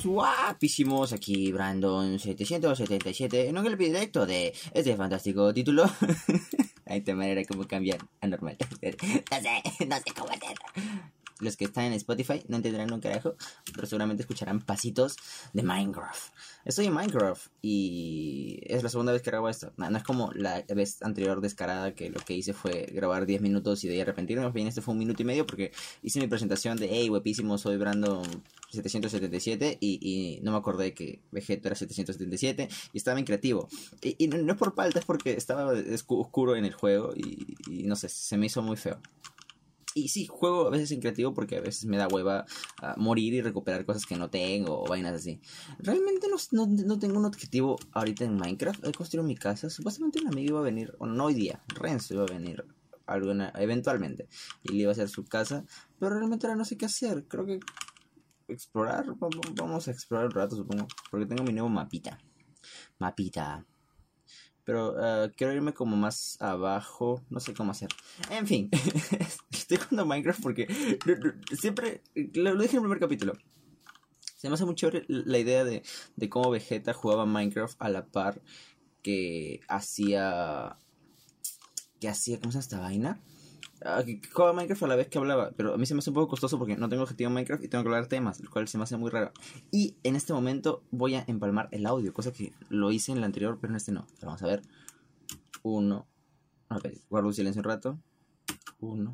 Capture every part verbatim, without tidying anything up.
chicos guapísimos, aquí Brandon setecientos setenta y siete en un gameplay directo de este fantástico título. Hay de manera como cambiar a normal. No sé, no sé cómo hacer. Los que están en Spotify no entenderán un carajo, pero seguramente escucharán pasitos de Minecraft. Estoy en Minecraft y es la segunda vez que grabo esto. No, no es como la vez anterior descarada que lo que hice fue grabar diez minutos y de ahí arrepentirme. Más bien este fue un minuto y medio porque hice mi presentación de hey, guapísimo, soy Brandon setecientos setenta y siete y, y no me acordé que Vegeta era setecientos setenta y siete y estaba en creativo. Y, y no, no es por falta, es porque estaba oscuro en el juego y, y no sé, se me hizo muy feo. Y sí, juego a veces en creativo porque a veces me da hueva uh, morir y recuperar cosas que no tengo o vainas así. Realmente no, no, no tengo un objetivo ahorita en Minecraft. He construido mi casa. Supuestamente un amigo iba a venir, o no hoy día, Renzo iba a venir alguna, eventualmente. Y le iba a hacer su casa. Pero realmente ahora no sé qué hacer. Creo que explorar, vamos a explorar un rato supongo. Porque tengo mi nuevo mapita. Mapita. Pero uh, quiero irme como más abajo. No sé cómo hacer. En fin. Estoy jugando Minecraft porque siempre lo, lo dije en el primer capítulo. Se me hace muy chévere la idea de, de cómo Vegeta jugaba Minecraft a la par que hacía... Que hacía... ¿Cómo se llama esta vaina? Uh, que jugaba Minecraft a la vez que hablaba. Pero a mí se me hace un poco costoso porque no tengo objetivo en Minecraft y tengo que hablar temas, lo cual se me hace muy raro. Y en este momento voy a empalmar el audio, cosa que lo hice en el anterior, pero en este no. Pero vamos a ver. Uno. Ok, guardo un silencio un rato. Uno.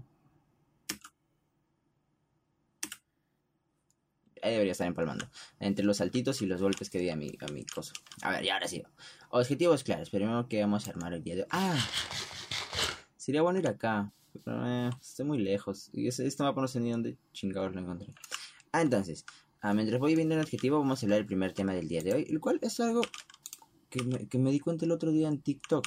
Ahí debería estar empalmando. Entre los saltitos y los golpes que di a mi, a mi coso. A ver, y ahora sí. Objetivos claros. Primero que vamos a armar el día de hoy. ¡Ah! Sería bueno ir acá. Pero eh, estoy muy lejos. Y este, este mapa no sé ni dónde chingados lo encontré. Ah, entonces. Ah, mientras voy viendo el objetivo, vamos a hablar del primer tema del día de hoy. El cual es algo que me, que me di cuenta el otro día en TikTok.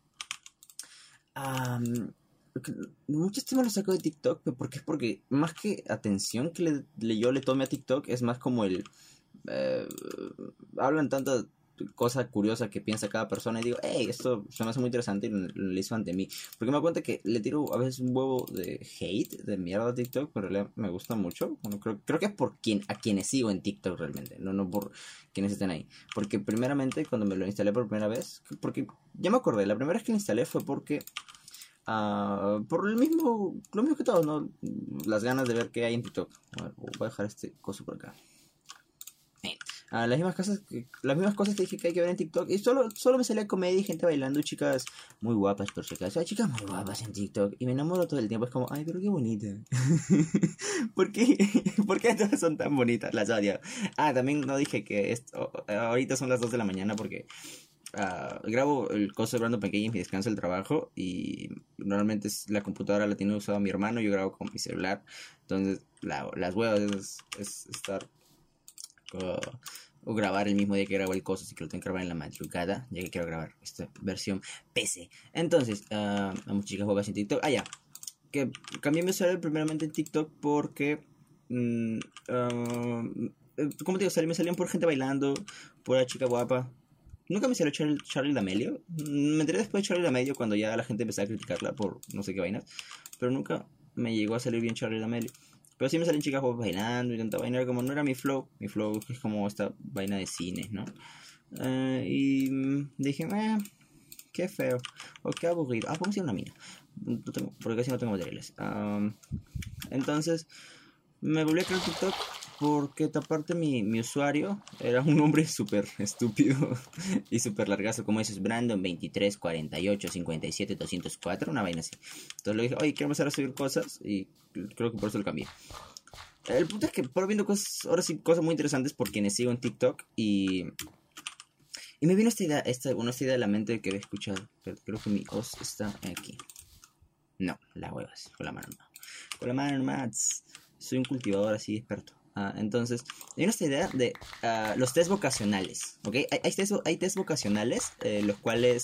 Ah... Um, muchos temas los saco de TikTok, pero porque es porque más que atención que le, le, yo le tome a TikTok, es más como el eh, hablan tanta cosa curiosa que piensa cada persona y digo, hey, esto se me hace muy interesante y lo, lo hizo ante mí, porque me doy cuenta que le tiro a veces un huevo de hate, de mierda a TikTok, pero realidad me gusta mucho. Bueno, creo, creo que es por quien, a quienes sigo en TikTok realmente, no, no por quienes estén ahí, porque primeramente cuando me lo instalé por primera vez, porque ya me acordé, la primera vez que lo instalé fue porque Uh, por el mismo, lo mismo que todos, ¿no? Las ganas de ver qué hay en TikTok. A ver, voy a dejar este coso por acá. Eh, uh, las mismas cosas que, las mismas cosas que dije que hay que ver en TikTok. Y solo, solo me salía comedia y gente bailando, chicas muy guapas por si acaso. Hay chicas muy guapas en TikTok. Y me enamoro todo el tiempo. Es como, ay, pero qué bonita. ¿Por qué? ¿Por qué todas son tan bonitas? Las odio. Ah, también no dije que esto, ahorita son las dos de la mañana porque Uh, grabo el coso de Brandon Pequeño en mi descanso del trabajo y normalmente es, la computadora la tiene usada mi hermano, yo grabo con mi celular, entonces la, las huevas es, es estar uh, o grabar el mismo día que grabo el coso, así que lo tengo que grabar en la madrugada, ya que quiero grabar esta versión P C. Entonces, uh, a muchas chicas juegas en TikTok. Ah, ya, que cambié mi usuario primeramente en TikTok porque mm, uh, ¿cómo te digo? Salí, me salían por gente bailando, por la chica guapa. Nunca me salió Charlie, Charlie D'Amelio. Me enteré después de Charlie D'Amelio cuando ya la gente empezaba a criticarla por no sé qué vainas. Pero nunca me llegó a salir bien Charlie D'Amelio. Pero sí me salen chicas bailando y tanta vaina. Era como no era mi flow. Mi flow es como esta vaina de cine, ¿no? Uh, y dije, eh, qué feo. O qué aburrido. Ah, vamos a ir a una mina. No tengo, porque casi no tengo materiales. Um, entonces me volví a crear TikTok. Porque aparte mi, mi usuario era un nombre súper estúpido y súper largazo, como dices, Brandon veintitrés cuarenta y ocho cincuenta y siete doscientos cuatro, una vaina así. Entonces le dije, oye, quiero empezar a subir cosas y creo que por eso lo cambié. El punto es que por viendo cosas, ahora sí, cosas muy interesantes por quienes sigo en TikTok y... Y me vino esta idea, esta, bueno, esta idea de la mente que había escuchado, pero creo que mi os está aquí. No, la huevas, con la mano no. Con la mano nomás. Soy un cultivador así experto. Uh, entonces, hay esta idea de uh, los test vocacionales, ¿ok? Hay, hay, test, hay test vocacionales, eh, los cuales,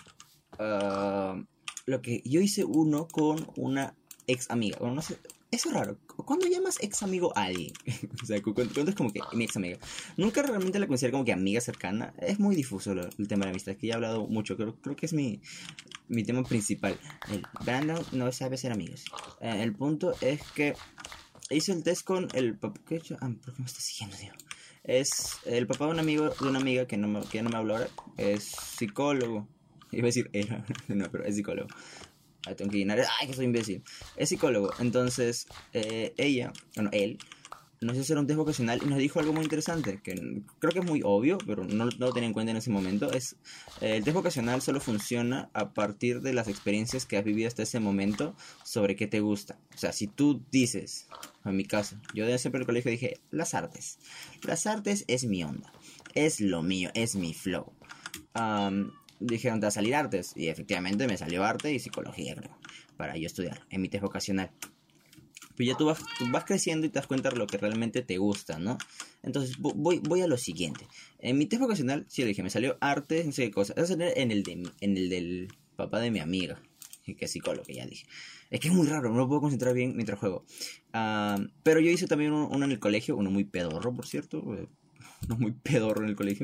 uh, lo que yo hice uno con una ex amiga, bueno, no sé, eso es raro, ¿cuándo llamas ex amigo a alguien? O sea, ¿cuándo es como que mi ex amiga? Nunca realmente la considero como que amiga cercana, es muy difuso lo, el tema de la amistad, que ya he hablado mucho, creo, creo que es mi, mi tema principal. El Brandon no sabe ser amigos. Eh, el punto es que hice el test con el... ¿Qué he hecho? Ah, ¿por qué me está siguiendo, tío? Es el papá de un amigo, de una amiga que, no me, que ya no me habla ahora. Es psicólogo. Iba a decir era, no, pero es psicólogo. Ah, tengo que llenar. Ay, que soy imbécil. Es psicólogo. Entonces, eh, ella, bueno, él, nos hizo hacer un test vocacional y nos dijo algo muy interesante, que creo que es muy obvio, pero no, no lo tenía en cuenta en ese momento. Es eh, el test vocacional solo funciona a partir de las experiencias que has vivido hasta ese momento sobre qué te gusta. O sea, si tú dices, en mi caso, yo desde siempre en el colegio dije, las artes. Las artes es mi onda, es lo mío, es mi flow. Um, dijeron, te va a salir artes. Y efectivamente me salió arte y psicología, creo, para yo estudiar en mi test vocacional. Pero ya tú vas, tú vas creciendo y te das cuenta de lo que realmente te gusta, ¿no? Entonces, voy, voy a lo siguiente. En mi test vocacional, sí le dije, me salió arte, no sé qué cosa. Eso en el, de, en el del papá de mi amiga, que es psicólogo, que ya dije. Es que es muy raro, no lo puedo concentrar bien mientras juego. Uh, pero yo hice también uno, uno en el colegio, uno muy pedorro, por cierto. Uno muy pedorro en el colegio.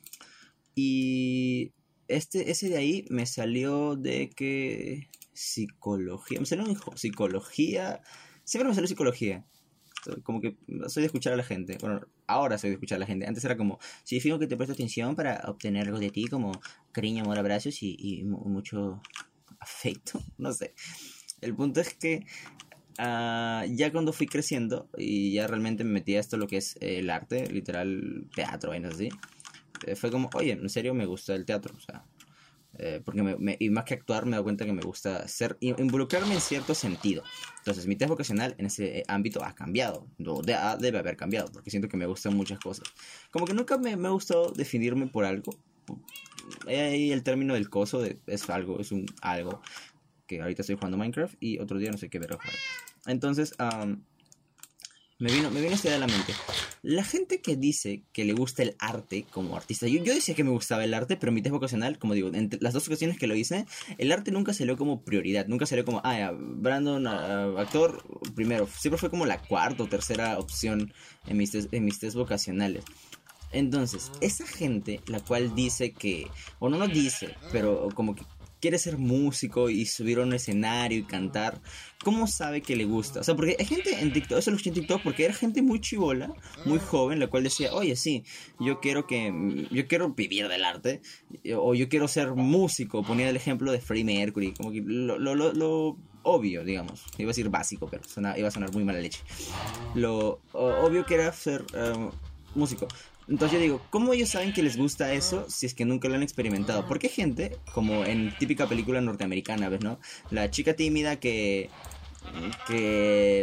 Y este, ese de ahí me salió de que... Psicología, me salió un hijo, psicología... Siempre me salió psicología. Como que soy de escuchar a la gente. Bueno, ahora soy de escuchar a la gente. Antes era como, si fijo que te presto atención para obtener algo de ti, como cariño, amor, abrazos y, y mucho afecto. No sé. El punto es que uh, ya cuando fui creciendo y ya realmente me metí a esto, lo que es el arte, literal, teatro, vainas así. Eh, fue como, oye, en serio me gusta el teatro. O sea, Eh, porque me, me, y más que actuar me doy cuenta que me gusta ser, involucrarme en cierto sentido. Entonces mi test vocacional en ese ámbito ha cambiado, o de, debe haber cambiado, porque siento que me gustan muchas cosas. Como que nunca me, me ha gustado definirme por algo. Ahí el término del coso de, es algo, es un algo, que ahorita estoy jugando Minecraft y otro día no sé qué ver a jugar. Entonces um, me vino, me vino esta idea a la mente. La gente que dice que le gusta el arte como artista, yo, yo decía que me gustaba el arte, pero en mi test vocacional, como digo, entre las dos ocasiones que lo hice, el arte nunca salió como prioridad, nunca salió como, ah, ya, Brandon, uh, actor, primero, siempre fue como la cuarta o tercera opción en mis test, en mis test vocacionales. Entonces, esa gente, la cual dice que, o no lo dice, pero como que quiere ser músico y subir a un escenario y cantar, ¿cómo sabe que le gusta? O sea, porque hay gente en TikTok, eso lo escuché en TikTok, porque era gente muy chivola, muy joven, la cual decía, oye, sí, yo quiero que, yo quiero vivir del arte, o yo quiero ser músico, ponía el ejemplo de Freddie Mercury, como que lo, lo, lo, lo obvio, digamos, iba a decir básico, pero suena, iba a sonar muy mala leche, lo obvio que era ser uh, músico. Entonces yo digo, ¿cómo ellos saben que les gusta eso si es que nunca lo han experimentado? Porque hay gente, como en típica película norteamericana, ¿ves, no? La chica tímida que... que...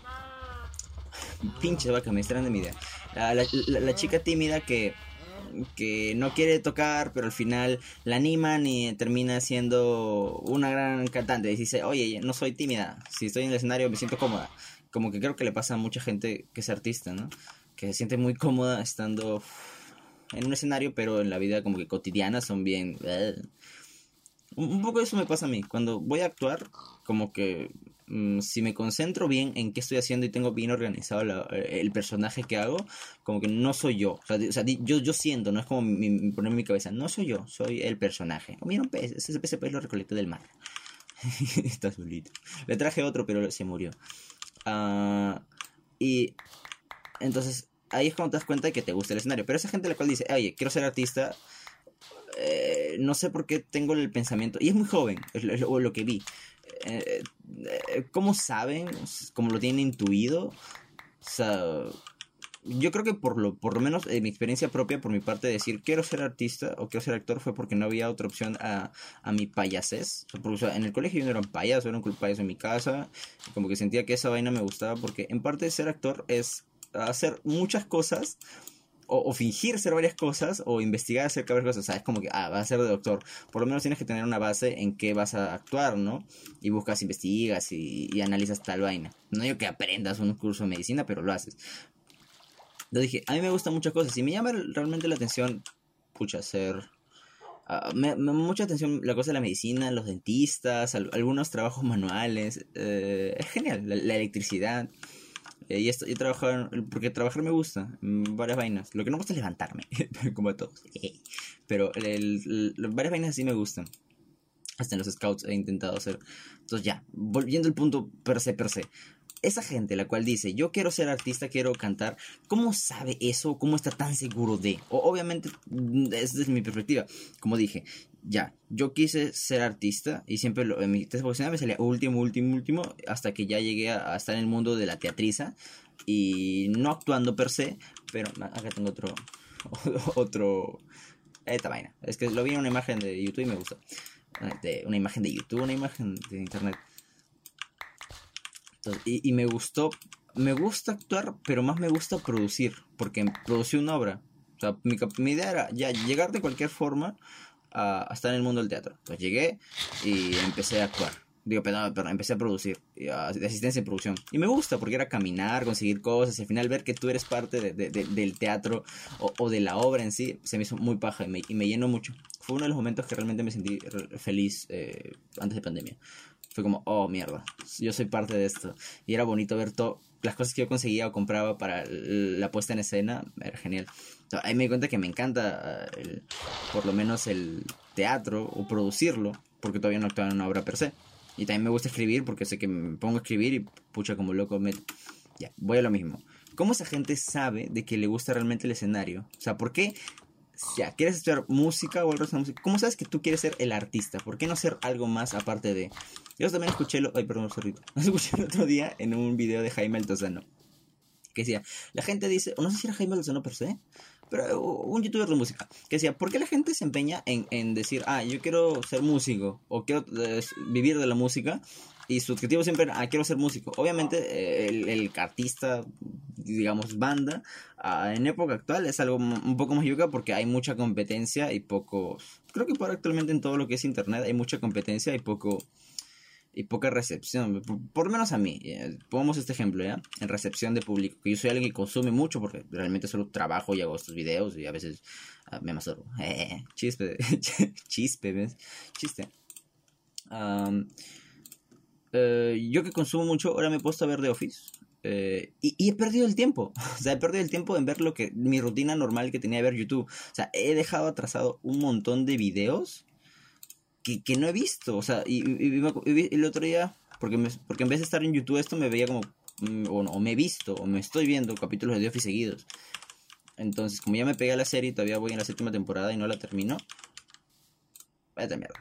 Pinche vaca, me extraen de mi idea. La, la, la, la chica tímida que... que no quiere tocar, pero al final la animan y termina siendo una gran cantante. Y dice, oye, no soy tímida, si estoy en el escenario me siento cómoda. Como que creo que le pasa a mucha gente que es artista, ¿no? Que se siente muy cómoda estando en un escenario, pero en la vida como que cotidiana son bien... Un, un poco eso me pasa a mí. Cuando voy a actuar, como que mmm, si me concentro bien en qué estoy haciendo y tengo bien organizado la, el personaje que hago, como que no soy yo. O sea, o sea yo, yo siento, no es como mi, mi, poner en mi cabeza, no soy yo, soy el personaje. Oh, mira un pez, ese pez, pez lo recolecté del mar. Está solito. Le traje otro, pero se murió. Uh, y... Entonces, ahí es cuando te das cuenta de que te gusta el escenario. Pero esa gente la cual dice, oye, quiero ser artista, eh, no sé por qué tengo el pensamiento, y es muy joven, es lo, es lo, lo que vi. Eh, eh, ¿Cómo saben? ¿Cómo lo tienen intuido? O sea, yo creo que por lo, por lo menos en mi experiencia propia, por mi parte, decir quiero ser artista o quiero ser actor fue porque no había otra opción a, a mi payasés. O sea, porque, o sea, en el colegio yo no era un payaso, era un payaso en mi casa. Como que sentía que esa vaina me gustaba porque en parte ser actor es hacer muchas cosas o, o fingir ser varias cosas o investigar acerca de varias cosas. O sea, es como que, ah, vas a ser de doctor, por lo menos tienes que tener una base en qué vas a actuar, ¿no? Y buscas, investigas y, y analizas tal vaina. No digo que aprendas un curso de medicina, pero lo haces. Entonces dije, a mí me gustan muchas cosas y me llama realmente la atención, pucha, hacer... Uh, me, me mucha atención la cosa de la medicina, los dentistas, al, algunos trabajos manuales. Eh, es genial, la, la electricidad. Eh, y esto, yo trabajar, porque trabajar me gusta, varias vainas. Lo que no me gusta es levantarme, como a todos. Pero el, el, el, varias vainas sí me gustan. Hasta en los scouts he intentado hacer. Entonces ya, volviendo al punto per se, per se. esa gente la cual dice, yo quiero ser artista, quiero cantar, ¿cómo sabe eso? ¿Cómo está tan seguro de? O, obviamente, es desde mi perspectiva. Como dije, ya, yo quise ser artista y siempre lo, en mi test vocacional me salía último, último, último, hasta que ya llegué a, a estar en el mundo de la teatriza y no actuando per se, pero acá tengo otro, otro, esta vaina. Es que lo vi en una imagen de YouTube y me gustó. De una imagen de YouTube, una imagen de internet. Entonces, y, y me gustó, me gusta actuar, pero más me gusta producir, porque producí una obra. O sea, mi, mi idea era ya llegar de cualquier forma a, a estar en el mundo del teatro. Entonces llegué y empecé a actuar. Digo, perdón, perdón, empecé a producir, a, de asistencia en producción. Y me gusta porque era caminar, conseguir cosas, y al final ver que tú eres parte de, de, de, del teatro o, o de la obra en sí, se me hizo muy paja y me, y me llenó mucho. Fue uno de los momentos que realmente me sentí feliz eh, antes de pandemia. Fue como, oh, mierda, yo soy parte de esto. Y era bonito ver todo, las cosas que yo conseguía o compraba para la puesta en escena, era genial. Entonces, ahí me di cuenta que me encanta, el, por lo menos el teatro, o producirlo, porque todavía no actuaba en una obra per se. Y también me gusta escribir, porque sé que me pongo a escribir y pucha como loco me... Ya, voy a lo mismo. ¿Cómo esa gente sabe de que le gusta realmente el escenario? O sea, ¿por qué... Ya, ¿quieres estudiar música o el resto de música? ¿Cómo sabes que tú quieres ser el artista? ¿Por qué no ser algo más aparte de...? Yo también escuché... Lo... Ay, perdón, zorrito. Escuché el otro día en un video de Jaime Altozano. Que decía, la gente dice... No sé si era Jaime Altozano per se, pero un youtuber de música. Que decía, ¿por qué la gente se empeña en, en decir... Ah, yo quiero ser músico. O quiero eh, vivir de la música. Y su objetivo siempre era, ah, quiero ser músico. Obviamente, eh, el, el artista, digamos, banda, uh, en época actual es algo un poco más yuca porque hay mucha competencia y poco... Creo que por actualmente en todo lo que es internet hay mucha competencia y poco... Y poca recepción, por, por lo menos a mí. Eh, pongamos este ejemplo, ¿ya? En recepción de público. Que yo soy alguien que consume mucho porque realmente solo trabajo y hago estos videos y a veces uh, me amasoro. Eh, chispe, chispe, ¿ves? Chiste. Um, Uh, yo que consumo mucho, ahora me he puesto a ver The Office eh, y, y he perdido el tiempo. O sea, he perdido el tiempo en ver lo que mi rutina normal que tenía de ver YouTube. O sea, he dejado atrasado un montón de videos que, que no he visto. O sea, y, y, y, y el otro día, porque, me, porque en vez de estar en YouTube esto me veía como, o, no, o me he visto, o me estoy viendo capítulos de The Office seguidos. Entonces, como ya me pegué a la serie y todavía voy en la séptima temporada y no la termino, vaya mierda.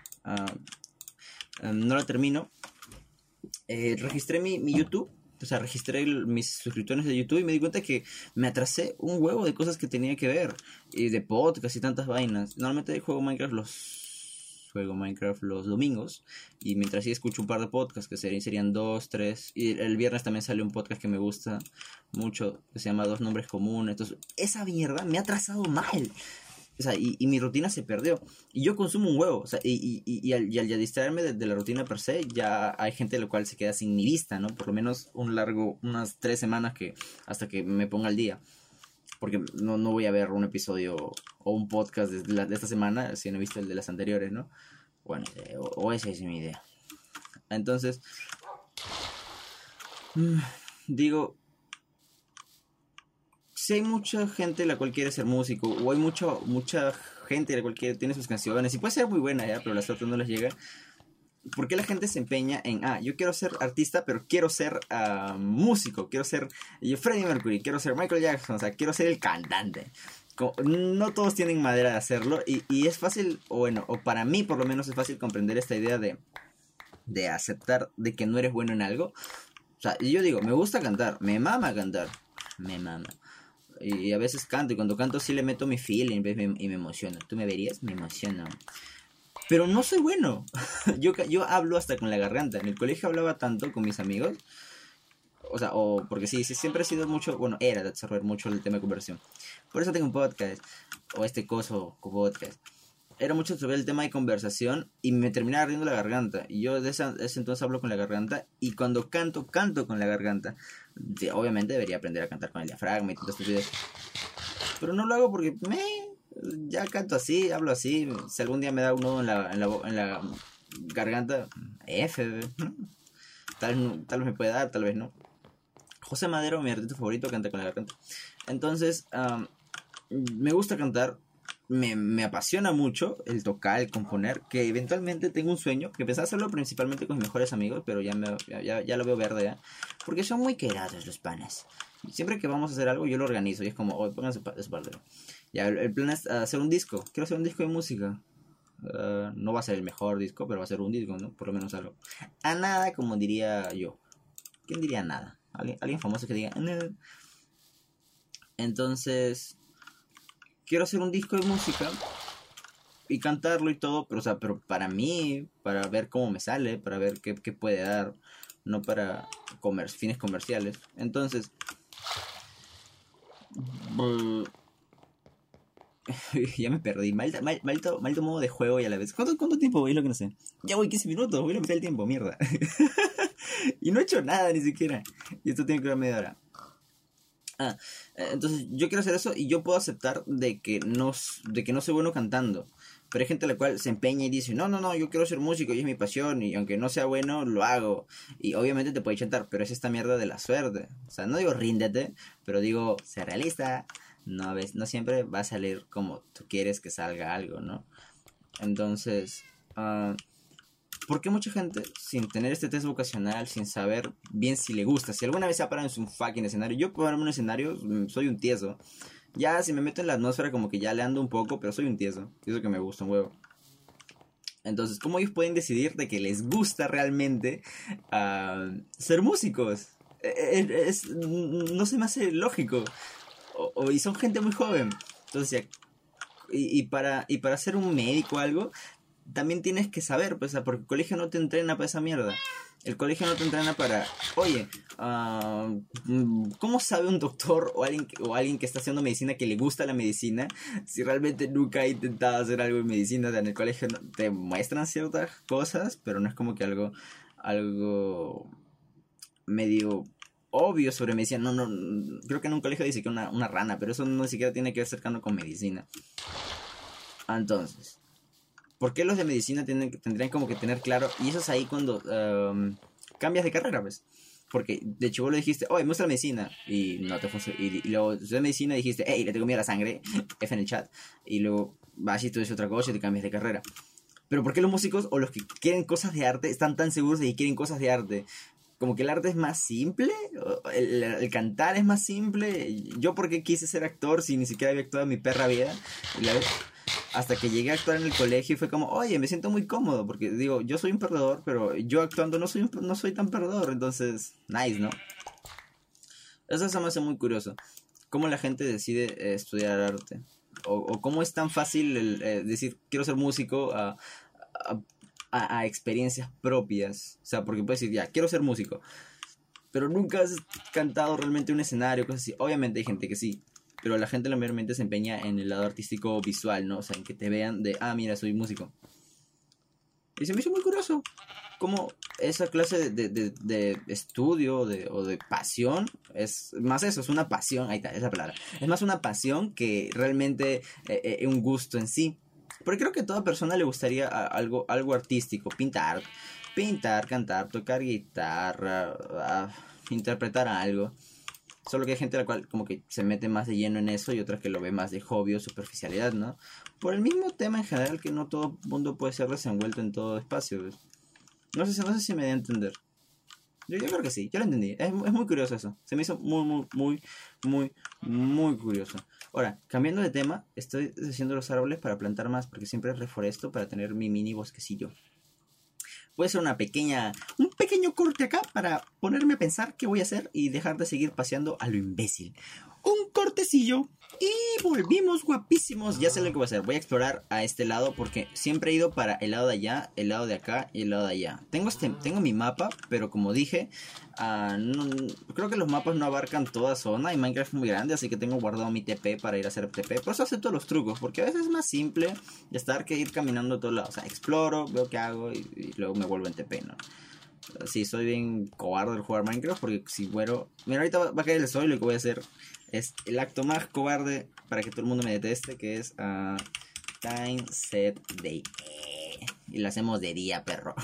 Uh, um, no la termino. Eh, registré mi, mi YouTube, o sea, registré el, mis suscriptores de YouTube y me di cuenta que me atrasé un huevo de cosas que tenía que ver, y de podcast y tantas vainas. Normalmente juego Minecraft los juego Minecraft los domingos y mientras sí escucho un par de podcasts que serían, serían dos, tres, y el viernes también sale un podcast que me gusta mucho que se llama Dos Nombres Comunes. Entonces, esa mierda me ha atrasado mal. O sea, y, y mi rutina se perdió. Y yo consumo un huevo. O sea, y, y, y, y al, y al ya distraerme de, de la rutina per se, ya hay gente la cual se queda sin mi vista, ¿no? Por lo menos un largo, unas tres semanas que hasta que me ponga al día. Porque no, no voy a ver un episodio o un podcast de, la, de esta semana si no he visto el de las anteriores, ¿no? Bueno, eh, o, o esa es mi idea. Entonces, mmm, digo... Si hay mucha gente la cual quiere ser músico, o hay mucha mucha gente la cual quiere, tiene sus canciones, y puede ser muy buena ya, pero la suerte no les llega. ¿Por qué la gente se empeña en, ah, yo quiero ser artista, pero quiero ser uh, músico, quiero ser yo, Freddie Mercury, quiero ser Michael Jackson, o sea, quiero ser el cantante? Como, no todos tienen manera de hacerlo, y, y es fácil, o bueno, o para mí por lo menos es fácil comprender esta idea de, de aceptar de que no eres bueno en algo. O sea, yo digo, me gusta cantar, me mama cantar, me mama. Y a veces canto, y cuando canto sí le meto mi feeling y me emociono. ¿Tú me verías? Me emociono. Pero no soy bueno. yo, yo hablo hasta con la garganta. En el colegio hablaba tanto con mis amigos. O sea, o porque sí, sí siempre he sido mucho, bueno, era de desarrollar mucho el tema de conversación. Por eso tengo un podcast, o este coso, podcast. Era mucho sobre el tema de conversación y me terminaba riendo la garganta. Y yo desde ese entonces hablo con la garganta, y cuando canto, canto con la garganta. Sí, obviamente debería aprender a cantar con el diafragma y todas estas ideas. Pero no lo hago porque me, ya canto así, hablo así. Si algún día me da un nudo en la, en la, en la garganta, F, tal, tal vez me puede dar, tal vez no. José Madero, mi artista favorito, canta con la garganta. Entonces, um, me gusta cantar. me, me apasiona mucho el tocar, el componer, que eventualmente tengo un sueño, que empecé a hacerlo principalmente con mis mejores amigos, pero ya, me, ya, ya lo veo verde, ¿eh? Porque son muy quedados los panes. Siempre que vamos a hacer algo, yo lo organizo y es como, oye, pónganse de su parte. Ya, el, el plan es hacer un disco. Quiero hacer un disco de música. Uh, no va a ser el mejor disco, pero va a ser un disco, ¿no? Por lo menos algo. A nada, como diría yo. ¿Quién diría nada? ¿Alguien, alguien famoso que diga nada? Entonces, quiero hacer un disco de música y cantarlo y todo, pero, o sea, pero para mí, para ver cómo me sale, para ver qué, qué puede dar, no para comer, fines comerciales. Entonces, uh, ya me perdí. Malta, mal, malto, malto modo de juego y a la vez. ¿Cuánto, cuánto tiempo voy? Lo que no sé. Ya voy quince minutos. Voy a meter el tiempo, mierda. Y no he hecho nada ni siquiera. Y esto tiene que durar media hora. Ah, entonces yo quiero hacer eso y yo puedo aceptar de que no, de que no soy bueno cantando. Pero hay gente a la cual se empeña y dice, no, no, no, yo quiero ser músico y es mi pasión. Y aunque no sea bueno, lo hago. Y obviamente te puede chantar, pero es esta mierda de la suerte. O sea, no digo ríndete, pero digo, sé realista. No, ves, no siempre va a salir como tú quieres que salga algo, ¿no? Entonces, uh, ¿por qué mucha gente, sin tener este test vocacional, sin saber bien si le gusta, si alguna vez se ha parado en un fucking escenario? Yo, para un escenario, soy un tieso. Ya, si me meto en la atmósfera, como que ya le ando un poco, pero soy un tieso. Y eso que me gusta un huevo. Entonces, ¿cómo ellos pueden decidir de que les gusta realmente uh, ser músicos? Es, es, no se me hace lógico. O, o, y son gente muy joven. Entonces, y, y, para, y para ser un médico o algo, también tienes que saber, pues, porque el colegio no te entrena para esa mierda. El colegio no te entrena para, oye, uh, ¿cómo sabe un doctor o alguien, o alguien que está haciendo medicina que le gusta la medicina si realmente nunca ha intentado hacer algo en medicina? O sea, en el colegio te muestran ciertas cosas, pero no es como que algo, algo medio obvio sobre medicina. No, no, creo que en un colegio dice que una, una rana, pero eso no siquiera tiene que ver cercano con medicina. Entonces, ¿por qué los de medicina tienen, tendrían como que tener claro? Y eso es ahí cuando um, cambias de carrera, pues. Porque de hecho vos le dijiste, oye, muestra medicina. Y no te funcionó. Y, y luego de medicina dijiste, hey, le tengo miedo a la sangre. F en el chat. Y luego vas y tú dices otra cosa y te cambias de carrera. Pero ¿por qué los músicos o los que quieren cosas de arte están tan seguros de que quieren cosas de arte? Como que el arte es más simple, el, el cantar es más simple. Yo porque quise ser actor si ni siquiera había actuado en mi perra vida. Y la vez, hasta que llegué a actuar en el colegio y fue como, oye, me siento muy cómodo. Porque digo, yo soy un perdedor, pero yo actuando no soy, un, no soy tan perdedor. Entonces, nice, ¿no? Eso se me hace muy curioso. Cómo la gente decide eh, estudiar arte. O, o cómo es tan fácil el, eh, decir, quiero ser músico a... a A, a experiencias propias. O sea, porque puedes decir, ya, quiero ser músico, pero nunca has cantado realmente un escenario, cosas así. Obviamente hay gente que sí, pero la gente mayormente se empeña en el lado artístico visual, ¿no? O sea, en que te vean de, ah, mira, soy músico. Y se me hizo muy curioso cómo esa clase de, de, de estudio de, o de pasión es más eso, es una pasión, ahí está, esa palabra. Es más una pasión que realmente eh, eh, un gusto en sí. Porque creo que a toda persona le gustaría algo, algo artístico, pintar, pintar, cantar, tocar guitarra, uh, interpretar algo. Solo que hay gente a la cual como que se mete más de lleno en eso y otras que lo ve más de hobby o superficialidad, ¿no? Por el mismo tema en general que no todo mundo puede ser desenvuelto en todo espacio, ¿ves? No sé, no sé si me da a entender. Yo, yo creo que sí, yo lo entendí. Es, es muy curioso eso. Se me hizo muy, muy, muy, muy, muy curioso. Ahora, cambiando de tema, estoy haciendo los árboles para plantar más, porque siempre reforesto para tener mi mini bosquecillo. Puede ser una pequeña, un pequeño corte acá para ponerme a pensar qué voy a hacer y dejar de seguir paseando a lo imbécil. Un cortecillo y volvimos guapísimos. Ya sé lo que voy a hacer. Voy a explorar a este lado porque siempre he ido para el lado de allá, el lado de acá y el lado de allá. Tengo, este, tengo mi mapa, pero como dije, uh, no, creo que los mapas no abarcan toda zona y Minecraft es muy grande, así que tengo guardado mi T P para ir a hacer T P. Por eso acepto los trucos, porque a veces es más simple estar que ir caminando a todos lados. O sea, exploro, veo qué hago y, y luego me vuelvo en T P, ¿no? Sí, soy bien cobarde al jugar Minecraft porque si muero... Mira, ahorita va, va a caer el sol y lo que voy a hacer es el acto más cobarde para que todo el mundo me deteste, que es uh, Time Set Day. Y lo hacemos de día, perro.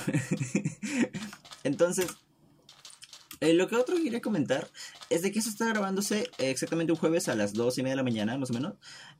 Entonces, eh, lo que otro quería comentar es de que eso está grabándose exactamente un jueves a las dos y media de la mañana, más o menos.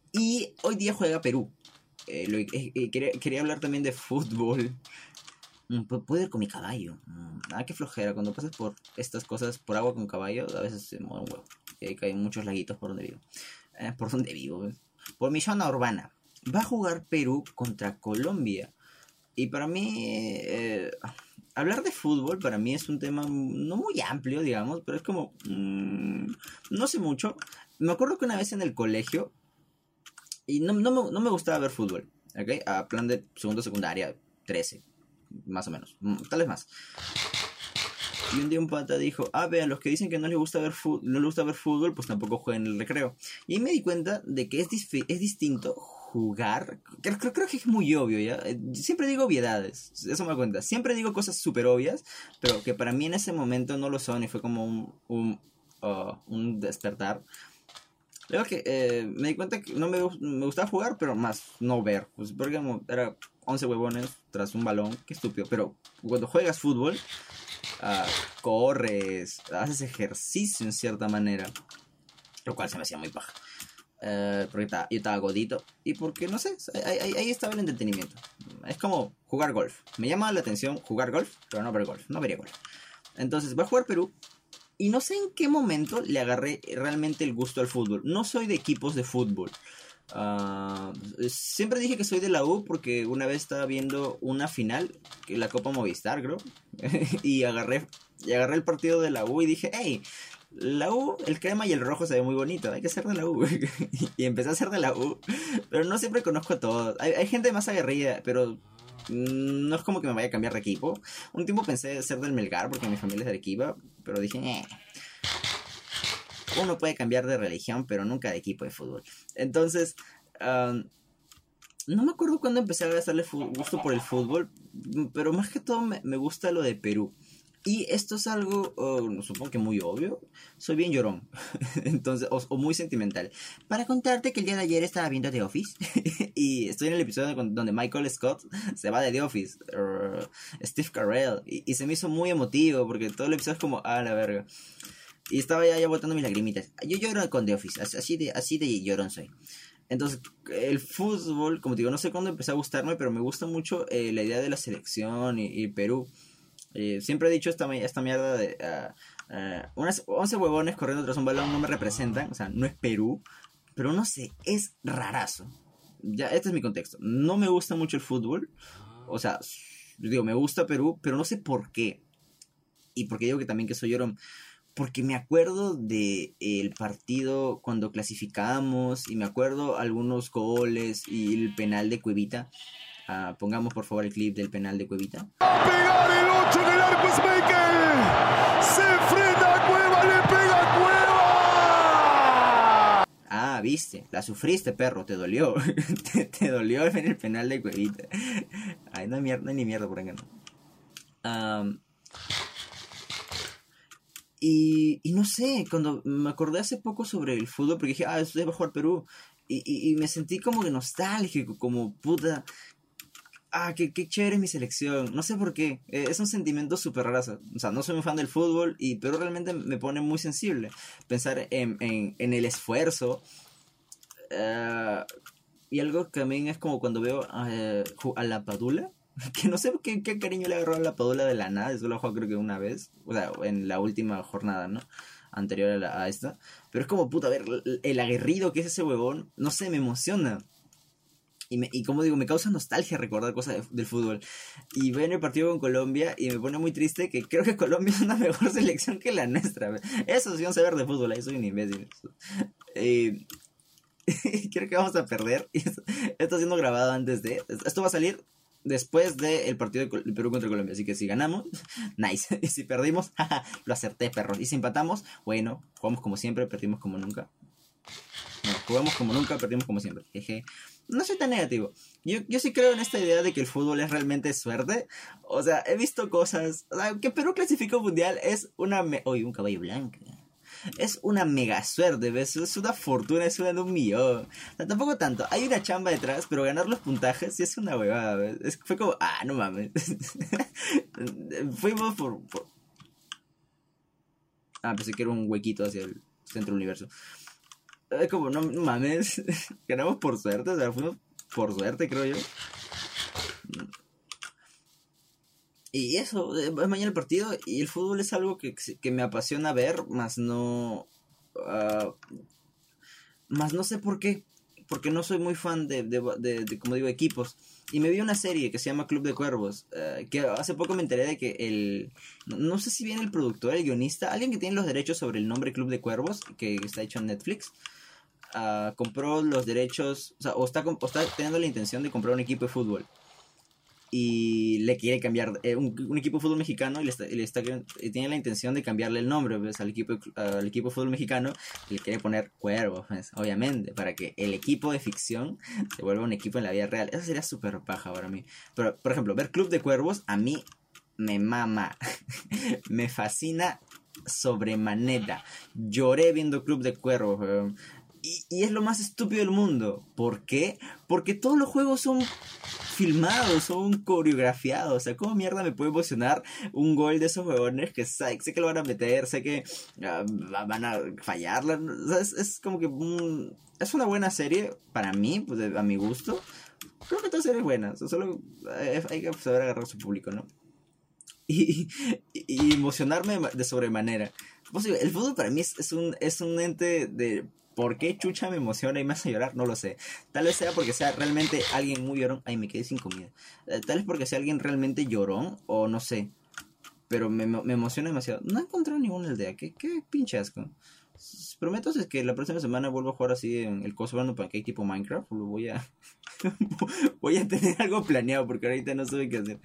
Y hoy día juega Perú. Eh, lo- eh, eh, quería, quería hablar también de fútbol. Mm, pu- Puedo ir con mi caballo. Mm, Ah, qué flojera. Cuando pasas por estas cosas, por agua con caballo, a veces se mueve un huevo. Y ahí caen muchos laguitos por donde vivo. Eh, ¿por donde vivo? ¿Ves? Por mi zona urbana. Va a jugar Perú contra Colombia. Y para mí, eh, hablar de fútbol para mí es un tema no muy amplio, digamos, pero es como, mm, no sé mucho. Me acuerdo que una vez en el colegio, y no, no, me, no me gustaba ver fútbol, ¿ok? A plan de segundo, secundaria, trece más o menos, mm, tal vez más. Y un día un pata dijo, ah, vean, los que dicen que no les gusta ver, fu- no les gusta ver fútbol, pues tampoco juegan en el recreo. Y ahí me di cuenta de que es, dif- es distinto jugar. Creo, creo, creo que es muy obvio, ¿ya? Eh, Siempre digo obviedades, eso me da cuenta. Siempre digo cosas súper obvias, pero que para mí en ese momento no lo son y fue como un, un, uh, un despertar. Luego que eh, me di cuenta que no me, gu- me gustaba jugar, pero más no ver. Pues porque como era once huevones tras un balón, qué estúpido. Pero cuando juegas fútbol, ah, corres, haces ejercicio en cierta manera, lo cual se me hacía muy paja. Eh, porque estaba- yo estaba godito y porque no sé, ahí, ahí- ahí estaba el entretenimiento. Es como jugar golf. Me llama la atención jugar golf, pero no ver golf, no vería golf. Entonces va a jugar Perú y no sé en qué momento le agarré realmente el gusto al fútbol. No soy de equipos de fútbol. Ah, siempre dije que soy de la U porque una vez estaba viendo una final, que la Copa Movistar, creo, y agarré, y agarré el partido de la U y dije, hey, la U, el crema y el rojo se ve muy bonito, hay que ser de la U. Y empecé a ser de la U, pero no siempre conozco a todos. Hay, hay gente más aguerrida, pero mm, no es como que me vaya a cambiar de equipo. Un tiempo pensé ser del Melgar porque mi familia es de Arequipa, pero dije, eh, uno puede cambiar de religión, pero nunca de equipo de fútbol. Entonces, um, no me acuerdo cuándo empecé a agarrarle gusto por el fútbol, pero más que todo me, me gusta lo de Perú. Y esto es algo, oh, supongo que muy obvio. Soy bien llorón. Entonces, o, o muy sentimental. Para contarte que el día de ayer estaba viendo The Office. Y estoy en el episodio donde Michael Scott se va de The Office. Uh, Steve Carell. Y, y se me hizo muy emotivo porque todo el episodio es como, ah, la verga. Y estaba ya, ya botando mis lagrimitas. Yo lloro con The Office. Así de, así de llorón soy. Entonces, el fútbol, como te digo, no sé cuándo empezó a gustarme, pero me gusta mucho eh, la idea de la selección y, y Perú. Eh, siempre he dicho esta, esta mierda de uh, uh, unas once huevones corriendo tras un balón no me representan, o sea, no es Perú, pero no sé, es rarazo. Ya, este es mi contexto. No me gusta mucho el fútbol, o sea, digo, me gusta Perú, pero no sé por qué. Y porque digo que también que soy llorón. Porque me acuerdo de el partido cuando clasificamos y me acuerdo algunos goles y el penal de Cuevita. Uh, pongamos por favor el clip del penal de Cuevita. Pegar el ocho en el arco es Michael. Se frena a Cueva, le pega a Cueva. Ah, viste, la sufriste, perro, te dolió. te, te dolió ver el penal de Cuevita. Ay, no hay, mierda, no hay ni mierda por acá, ¿no? Um, Y, y no sé, cuando me acordé hace poco sobre el fútbol, porque dije, ah, esto debe jugar Perú. Y, y, y me sentí como que nostálgico, como puta. Ah, qué, qué chévere es mi selección. No sé por qué. Eh, es un sentimiento súper raro. O sea, no soy un fan del fútbol, y Perú realmente me pone muy sensible. Pensar en, en, en el esfuerzo. Uh, y algo que también es como cuando veo uh, a la Padula. Que no sé qué, qué cariño le agarró a la Padula de la nada. Eso lo jugó creo que una vez. O sea, en la última jornada, ¿no? Anterior a, la, a esta. Pero es como, puta, a ver, el aguerrido que es ese huevón. No sé, me emociona. Y, me, y como digo, me causa nostalgia recordar cosas de, del fútbol. Y veo en el partido con Colombia y me pone muy triste que creo que Colombia es una mejor selección que la nuestra. Eso sí, vamos a ver de fútbol, ahí soy un imbécil. Eh, creo que vamos a perder. Esto, esto está siendo grabado antes de... Esto va a salir después del partido de Perú contra Colombia. Así que si ganamos, nice. Y si perdimos, lo acerté, perros. Y si empatamos, bueno, jugamos como siempre, perdimos como nunca. No, jugamos como nunca, perdimos como siempre. Jeje. No soy tan negativo. Yo, yo sí creo en esta idea de que el fútbol es realmente suerte. O sea, he visto cosas... O sea, que Perú clasificó mundial es una... Me... Oye, un caballo blanco. Es una mega suerte, ¿ves? Es una fortuna, es una de un millón. O sea, tampoco tanto. Hay una chamba detrás, pero ganar los puntajes sí es una huevada, ¿ves? Es, fue como... Ah, no mames. Fuimos por, por... Ah, pensé que era un huequito hacia el centro del universo. Es como, no, no mames, ganamos por suerte, o sea, fuimos por suerte, creo yo. Y eso, es mañana el partido, y el fútbol es algo que, que me apasiona ver, más no... Uh, más no sé por qué, porque no soy muy fan de, de, de, de como digo, equipos. Y me vi una serie que se llama Club de Cuervos, uh, que hace poco me enteré de que el... No, no sé si bien el productor, el guionista, alguien que tiene los derechos sobre el nombre Club de Cuervos, que está hecho en Netflix, uh, compró los derechos, o sea, o está, o está teniendo la intención de comprar un equipo de fútbol. Y le quiere cambiar eh, un, un equipo de fútbol mexicano y le está, le está y tiene la intención de cambiarle el nombre, pues, al equipo al equipo de fútbol mexicano, y le quiere poner Cuervos, pues, obviamente, para que el equipo de ficción se vuelva un equipo en la vida real. Eso sería súper paja para mí. Pero, por ejemplo, ver Club de Cuervos a mí me mama. Me fascina sobremanera. Lloré viendo Club de Cuervos, weón. Y, y es lo más estúpido del mundo. ¿Por qué? Porque todos los juegos son filmados, son coreografiados. O sea, ¿cómo mierda me puede emocionar un gol de esos huevones que sé, sé que lo van a meter, sé que uh, van a fallarla? O sea, es, es como que un, es una buena serie para mí, pues, a mi gusto. Creo que todas series buenas, solo hay, hay que saber agarrar su público, ¿no? Y, y, y emocionarme de sobremanera. El fútbol para mí es, es, un, es un ente de... ¿Por qué chucha me emociona y me hace llorar? No lo sé. Tal vez sea porque sea realmente alguien muy llorón. Ay, me quedé sin comida. Tal vez porque sea alguien realmente llorón, o no sé. Pero me, me emociona demasiado. No he encontrado ninguna aldea. ¿Qué, qué pinche asco? Prometo es que la próxima semana vuelvo a jugar así en el Cosobrando Pancake tipo Minecraft. Lo voy a... voy a tener algo planeado porque ahorita no sé qué hacer.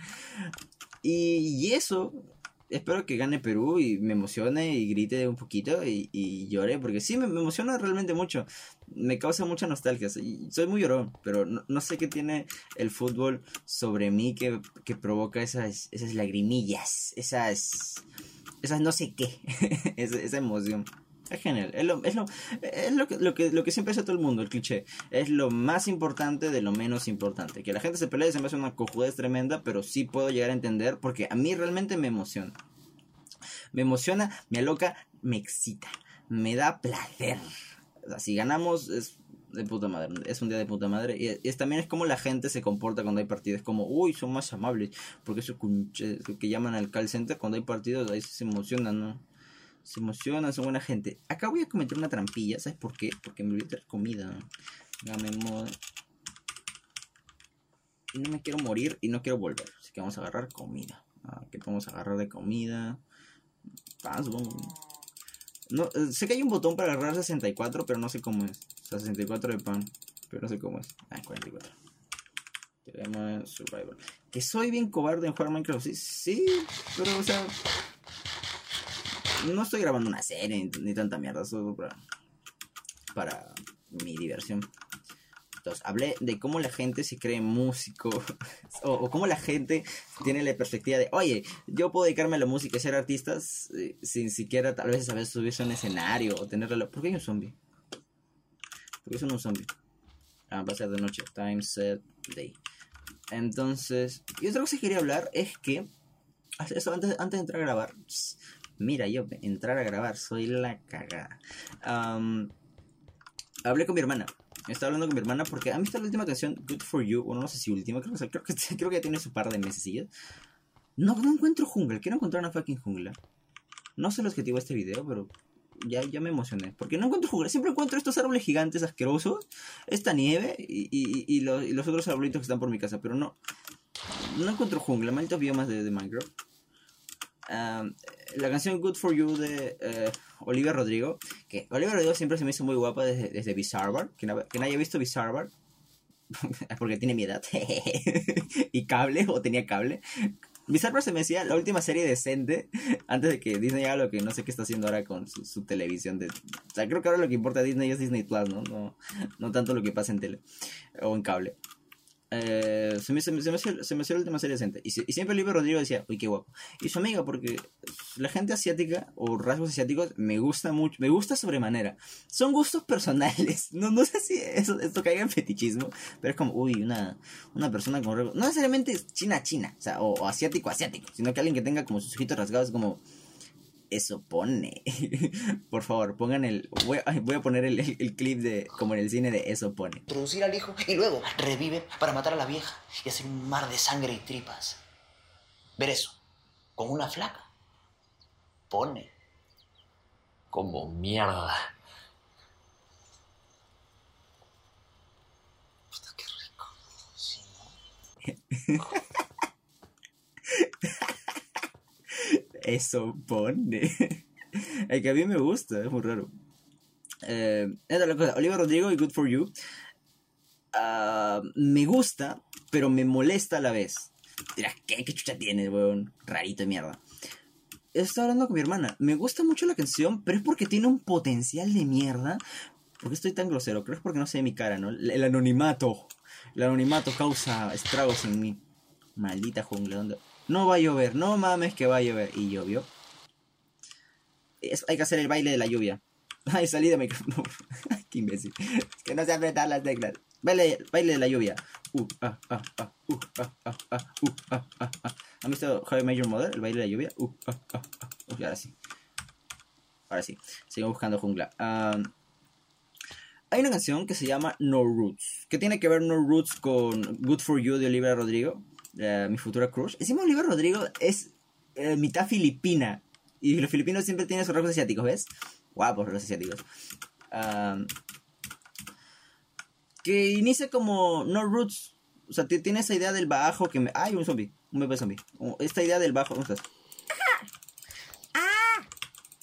Y, y eso... Espero que gane Perú y me emocione y grite un poquito y, y llore, porque sí, me, me emociona realmente mucho. Me causa mucha nostalgia. Soy, soy muy llorón, pero no, no sé qué tiene el fútbol sobre mí que, que provoca esas, esas lagrimillas, esas, esas no sé qué, esa, esa emoción. Es genial, es lo, es lo, es lo que, lo que, lo que siempre hace todo el mundo, el cliché. Es lo más importante de lo menos importante. Que la gente se pelee se me hace una cojudez tremenda, pero sí puedo llegar a entender porque a mí realmente me emociona. Me emociona, me aloca, me excita, me da placer. O sea, si ganamos es de puta madre, es un día de puta madre. Y es, también es como la gente se comporta cuando hay partidos, como, uy, son más amables, porque eso que llaman al call center cuando hay partidos, ahí se emocionan, ¿no? Se emocionan, son buena gente. Acá voy a cometer una trampilla, ¿sabes por qué? Porque me olvidé de traer comida. Dame modo. Y no me quiero morir y no quiero volver. Así que vamos a agarrar comida. Ah, ¿qué podemos agarrar de comida? Pan, no, eh, sé que hay un botón para agarrar sesenta y cuatro, pero no sé cómo es. O sea, sesenta y cuatro de pan, pero no sé cómo es. Ah, cuarenta y cuatro. Tenemos Survival. Que soy bien cobarde en jugar Minecraft. Sí, sí, pero o sea... No estoy grabando una serie ni, ni tanta mierda, solo para, para mi diversión. Entonces, hablé de cómo la gente se cree músico, o, o cómo la gente tiene la perspectiva de, oye, yo puedo dedicarme a la música y ser artista eh, sin siquiera tal vez saber subirse a un escenario o tenerlo. ¿Por qué hay un zombie? ¿Por qué son un zombie? Ah, va a ser de noche. Time, set, day. Entonces, y otra cosa que quería hablar es que, eso antes, antes de entrar a grabar... Mira, yo entrar a grabar, soy la cagada. Um, hablé con mi hermana. Estaba hablando con mi hermana porque han visto la última canción, Good For You. Bueno, no sé si última, creo que, creo que, creo que ya tiene su par de meses. No, no encuentro jungla, quiero encontrar una fucking jungla. No sé el objetivo de este video, pero ya, ya me emocioné. Porque no encuentro jungla, siempre encuentro estos árboles gigantes asquerosos, esta nieve y, y, y, los, y los otros arbolitos que están por mi casa. Pero no, no encuentro jungla, malditos biomas de, de Minecraft. Um, la canción Good For You de uh, Olivia Rodrigo, que Olivia Rodrigo siempre se me hizo muy guapa desde, desde Bizarre, que, na, que nadie haya visto Bizarre porque tiene mi edad y cable, o tenía cable. Bizarre se me decía la última serie decente antes de que Disney haga lo que no sé qué está haciendo ahora con su, su televisión de, o sea, creo que ahora lo que importa a Disney es Disney Plus, ¿no? No, no tanto lo que pasa en tele o en cable. Eh, se, me, se, me, se, me hacía, se me hacía la última serie decente. Y, y siempre Olivia Rodrigo decía, uy, qué guapo. Y su amiga, porque la gente asiática o rasgos asiáticos me gusta mucho, me gusta sobremanera. Son gustos personales. No, no sé si eso, esto caiga en fetichismo, pero es como, uy, una, una persona con rasgos. No necesariamente china china, o sea, o, o asiático asiático, sino que alguien que tenga como sus ojitos rasgados, como. Eso pone. Por favor, pongan el... Voy a, voy a poner el, el, el clip de como en el cine de Eso pone. Introducir al hijo y luego revive para matar a la vieja y hacer un mar de sangre y tripas. Ver eso con una flaca pone. Como mierda. Puta, qué rico. Sí, ¿no? Eso pone. El que a mí me gusta, es muy raro. Eh, esta es la cosa. Olivia Rodrigo y Good For You. Uh, me gusta, pero me molesta a la vez. Dirás, ¿qué, qué chucha tienes, weón? Rarito de mierda. Estaba hablando con mi hermana. Me gusta mucho la canción, pero es porque tiene un potencial de mierda. ¿Por qué estoy tan grosero? Creo que es porque no se ve mi cara, ¿no? El anonimato. El anonimato causa estragos en mí. Maldita jungla. ¿Dónde? No va a llover. No mames que va a llover. Y llovió. Es, hay que hacer el baile de la lluvia. Ay, salí de micrófono. Qué imbécil. Es que no sé apretar las teclas. Baile, baile de la lluvia. Uh, ah, ah, ah, uh, ah, ah, ah, uh, ah, ah, ah. ¿Han visto How I Met Your Mother? El baile de la lluvia. Uh, ah, ah, ah. Uh, ahora sí. Ahora sí. Sigo buscando jungla. Um, hay una canción que se llama No Roots. ¿Qué tiene que ver No Roots con Good For You de Olivia Rodrigo? Uh, mi futura crush. Encima Olivia Rodrigo es uh, mitad filipina. Y los filipinos siempre tienen sus rasgos asiáticos, ¿ves? Guapos los asiáticos. Um, que inicia como No Roots. O sea, tiene esa idea del bajo que me... ¡Ay, un zombie! Un bebé zombie. Esta idea del bajo... ¿Dónde estás? ¡Ah!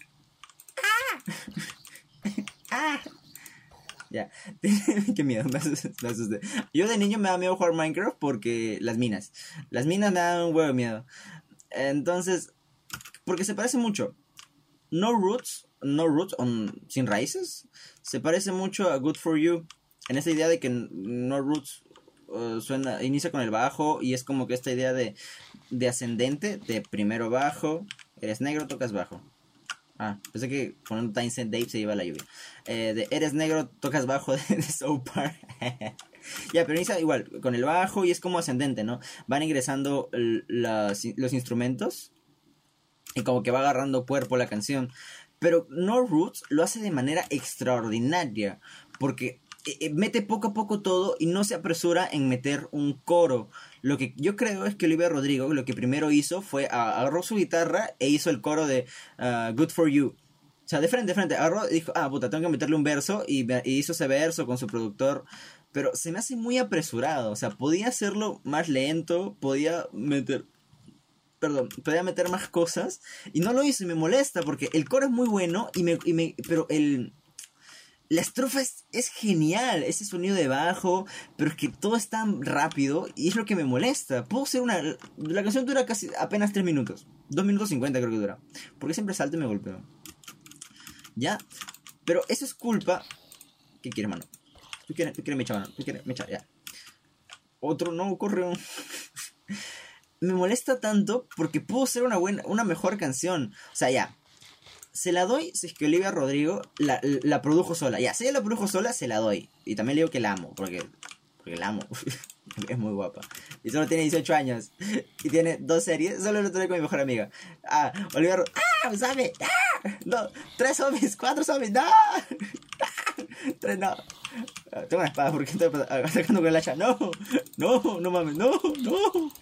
¡Ah! ¡Ah! Ya. Qué miedo, me asusté, me asusté. Yo de niño me da miedo jugar Minecraft porque las minas. Las minas me dan un huevo de miedo. Entonces... Porque se parece mucho. No Roots, No Roots, on, sin raíces, se parece mucho a Good For You. En esa idea de que No Roots uh, suena, inicia con el bajo y es como que esta idea de, de ascendente, de primero bajo, eres negro, tocas bajo. Ah, pensé que poniendo Time Send Dave se iba la lluvia. Eh, de eres negro, tocas bajo de, de South Park. Ya, pero inicia igual, con el bajo y es como ascendente, ¿no? Van ingresando las, los instrumentos. Y como que va agarrando cuerpo la canción. Pero No Roots lo hace de manera extraordinaria. Porque eh, mete poco a poco todo y no se apresura en meter un coro. Lo que yo creo es que Olivia Rodrigo lo que primero hizo fue a, agarró su guitarra e hizo el coro de uh, Good For You. O sea, de frente, de frente. Agarró y dijo, ah, puta, tengo que meterle un verso. Y, y hizo ese verso con su productor. Pero se me hace muy apresurado. O sea, podía hacerlo más lento. Podía meter... Perdón, podía meter más cosas y no lo hizo y me molesta porque el coro es muy bueno y me, y me pero el la estrofa es, es genial, ese sonido de bajo, pero es que todo es tan rápido y es lo que me molesta. Puedo hacer una la canción dura casi apenas tres minutos, dos minutos cincuenta creo que dura, porque siempre salto y me golpeo. Ya, pero eso es culpa. ¿Qué quieres, mano? ¿Tú quieres, tú quieres mecha, mano? ¿Tú quieres mecha? Ya. Otro no corre un... Me molesta tanto porque pudo ser una buena, una mejor canción. O sea, ya. Se la doy si es que Olivia Rodrigo la, la, la produjo sola. Ya, si ella la produjo sola, se la doy. Y también le digo que la amo, porque, porque la amo. Es muy guapa. Y solo tiene dieciocho años. Y tiene dos series. Solo lo tuve con mi mejor amiga. Ah, Olivia Rodrigo. ¡Ah! ¡Sabe! ¡Ah! No, tres zombies, cuatro zombies. ¡No! ¡Ah! Tres, no. Tengo una espada porque estoy atacando con el hacha. No, no, no mames, no, no.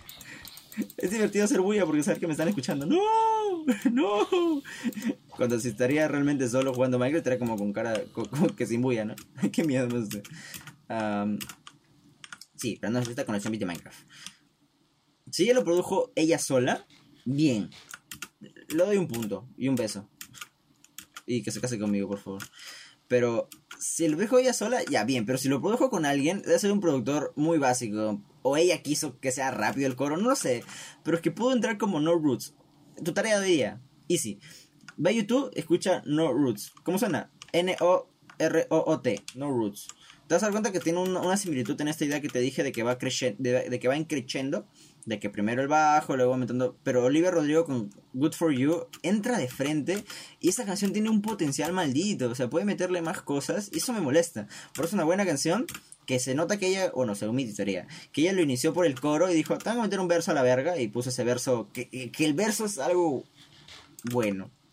Es divertido hacer bulla porque saber que me están escuchando. ¡No! ¡No! Cuando si estaría realmente solo jugando Minecraft, estaría como con cara con, con, que sin bulla, ¿no? Qué miedo me hace. Um, sí, pero no necesita conexión de Minecraft. Si ella lo produjo ella sola, bien. Le doy un punto y un beso. Y que se case conmigo, por favor. Pero si lo produjo ella sola, ya bien. Pero si lo produjo con alguien, debe ser un productor muy básico. O ella quiso que sea rápido el coro, no lo sé. Pero es que pudo entrar como No Roots. Tu tarea de día, easy. Ve a YouTube, escucha No Roots. ¿Cómo suena? N O R O O T, No Roots. Te vas a dar cuenta que tiene una, una similitud en esta idea que te dije de que va creciendo, de, de que va increciendo. De que primero el bajo, luego aumentando. Pero Olivia Rodrigo con Good For You entra de frente. Y esa canción tiene un potencial maldito. O sea, puede meterle más cosas. Y eso me molesta. Por eso es una buena canción. Que se nota que ella, bueno, según mi teoría, que ella lo inició por el coro y dijo, tengo que meter un verso a la verga. Y puso ese verso. Que, que el verso es algo bueno.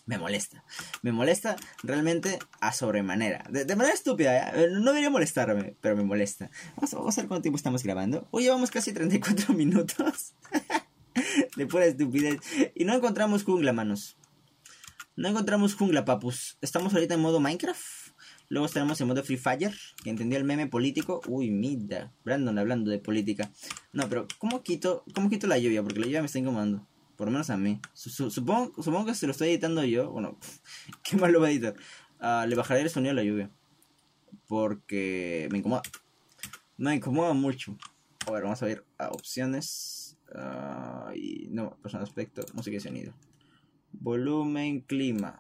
Me molesta. Me molesta realmente a sobremanera. De, de manera estúpida, ¿eh? No debería molestarme, pero me molesta. Vamos, vamos a ver cuánto tiempo estamos grabando. Hoy llevamos casi treinta y cuatro minutos. De pura estupidez. Y no encontramos jungla, manos. No encontramos jungla, papus. Estamos ahorita en modo Minecraft. Luego estaremos en modo Free Fire. Que entendió el meme político. Uy, mira. Brandon hablando de política. No, pero ¿cómo quito, cómo quito la lluvia? Porque la lluvia me está incomodando. Por lo menos a mí. Supongo, supongo que si lo estoy editando yo. Bueno, qué mal lo voy a editar. Uh, le bajaré el sonido a la lluvia. Porque me incomoda. Me incomoda mucho. A ver, vamos a ver a opciones. Uh, y no, persona de aspecto, música y sonido. Volumen, clima.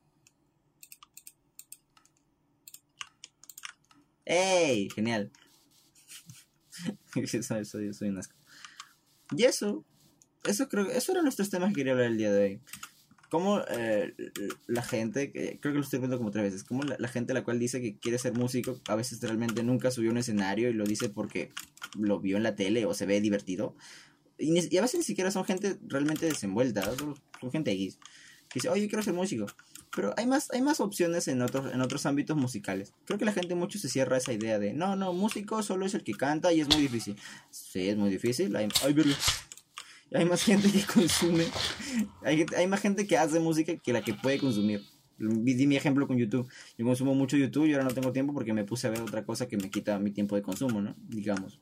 ¡Ey! Genial. soy, soy, soy un asco. Y eso. Eso creo eso eran nuestros temas que quería hablar el día de hoy. Como eh, la gente, que creo que lo estoy viendo como tres veces, como la, la gente la cual dice que quiere ser músico, a veces realmente nunca subió a un escenario y lo dice porque lo vio en la tele o se ve divertido. Y, ni, y a veces ni siquiera son gente realmente desenvuelta, son, son gente X, que dice, oye, yo quiero ser músico. Pero hay más, hay más opciones en otros, en otros ámbitos musicales. Creo que la gente mucho se cierra a esa idea de, no, no, músico solo es el que canta y es muy difícil. Sí, es muy difícil. Hay, ay, verga. Hay más gente que consume. Hay, hay más gente que hace música que la que puede consumir. Di mi ejemplo con YouTube. Yo consumo mucho YouTube y ahora no tengo tiempo porque me puse a ver otra cosa que me quita mi tiempo de consumo, ¿no? Digamos.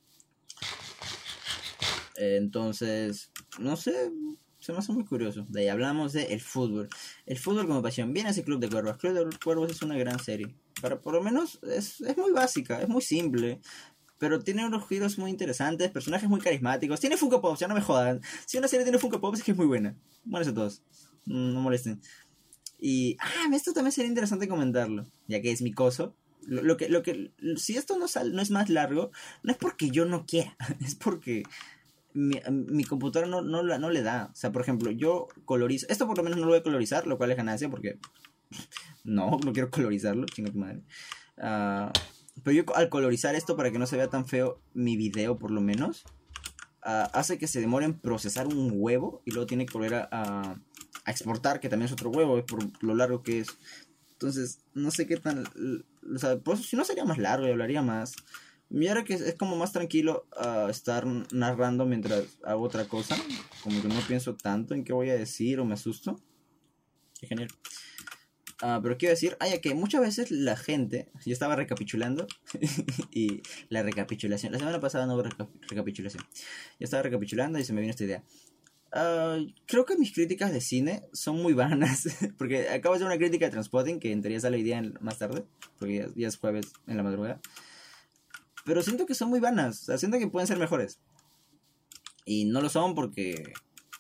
Entonces, no sé, se me hace muy curioso. De ahí hablamos de el fútbol. El fútbol como pasión. Viene ese Club de Cuervos. Club de Cuervos es una gran serie. Para, por lo menos es, es muy básica, es muy simple. Pero tiene unos giros muy interesantes, personajes muy carismáticos. Tiene Funko Pops, ya no me jodan. Si una serie tiene Funko Pops es que es muy buena. Bueno, eso todos. No molesten. Y, ah, esto también sería interesante comentarlo, ya que es mi coso. Lo, lo que, lo que, si esto no, sal, no es más largo, no es porque yo no quiera, es porque mi, mi computadora no, no, no le da. O sea, por ejemplo, yo colorizo. Esto por lo menos no lo voy a colorizar, lo cual es ganancia porque no, no quiero colorizarlo, chinga tu madre. Ah... Uh, Pero yo al colorizar esto para que no se vea tan feo mi video por lo menos, uh, hace que se demore en procesar un huevo y luego tiene que volver a, a, a exportar, que también es otro huevo, por lo largo que es. Entonces, no sé qué tan... O sea, pues si no sería más largo y hablaría más. Y ahora que es, es como más tranquilo uh, estar narrando mientras hago otra cosa. Como que no pienso tanto en qué voy a decir o me asusto. Qué genial. Uh, pero quiero decir, ay, que muchas veces la gente, yo estaba recapitulando y la recapitulación, la semana pasada no hubo reca- recapitulación, yo estaba recapitulando y se me vino esta idea. Uh, creo que mis críticas de cine son muy vanas, porque acabo de hacer una crítica de Transpotting, que en teoría sale hoy día en, más tarde, porque ya, ya es jueves en la madrugada, pero siento que son muy vanas, o sea, siento que pueden ser mejores, y no lo son porque...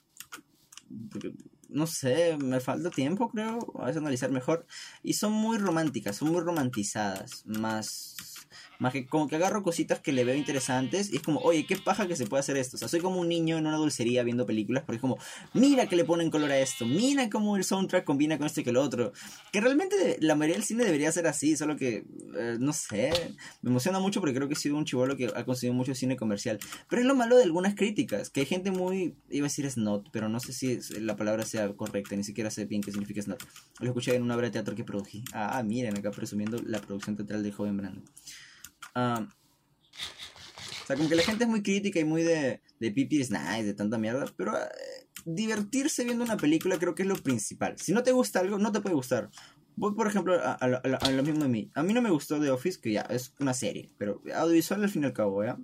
porque no sé, me falta tiempo, creo, a veces analizar mejor. Y son muy románticas, son muy romantizadas. Más, más que como que agarro cositas que le veo interesantes. Y es como, oye, qué paja que se puede hacer esto. O sea, soy como un niño en una dulcería viendo películas. Porque es como, mira que le ponen color a esto. Mira cómo el soundtrack combina con esto y con lo otro. Que realmente la mayoría del cine debería ser así. Solo que, eh, no sé, me emociona mucho porque creo que he sido un chibolo que ha conseguido mucho cine comercial. Pero es lo malo de algunas críticas. Que hay gente muy, iba a decir snot, pero no sé si la palabra sea correcta, ni siquiera sé bien qué significa snot. Lo escuché en una obra de teatro que prodují. Ah, miren, acá presumiendo la producción teatral de Joven Brandon. Uh, o sea, como que la gente es muy crítica y muy de, de pipi is nice, de tanta mierda, pero uh, divertirse viendo una película creo que es lo principal. Si no te gusta algo, no te puede gustar. Voy, por ejemplo, a, a, a, a lo mismo de mí. A mí no me gustó The Office, que ya es una serie, pero audiovisual al fin y al cabo, ¿ya?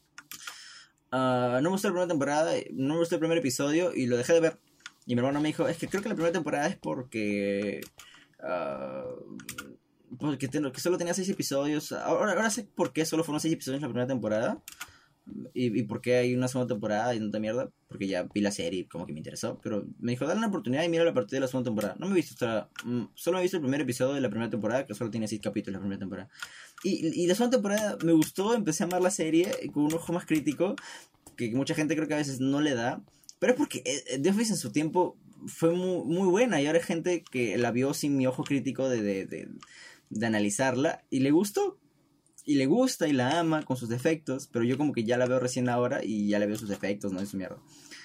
Uh, no me gustó la primera temporada, no me gustó el primer episodio y lo dejé de ver. Y mi hermano me dijo, es que creo que la primera temporada es porque... Uh, porque te, que solo tenía seis episodios. Ahora, ahora sé por qué solo fueron seis episodios en la primera temporada. Y, y por qué hay una segunda temporada y tanta mierda. Porque ya vi la serie y como que me interesó. Pero me dijo, dale una oportunidad y míralo a partir de la segunda temporada. No me he visto hasta... Solo he visto el primer episodio de la primera temporada, que solo tiene seis capítulos la primera temporada. Y, y la segunda temporada me gustó, empecé a amar la serie con un ojo más crítico, que mucha gente creo que a veces no le da. Pero es porque The Office en su tiempo fue muy, muy buena y ahora hay gente que la vio sin mi ojo crítico de, de, de, de analizarla y le gustó. Y le gusta y la ama con sus defectos, pero yo como que ya la veo recién ahora y ya le veo sus defectos, no es su mierda.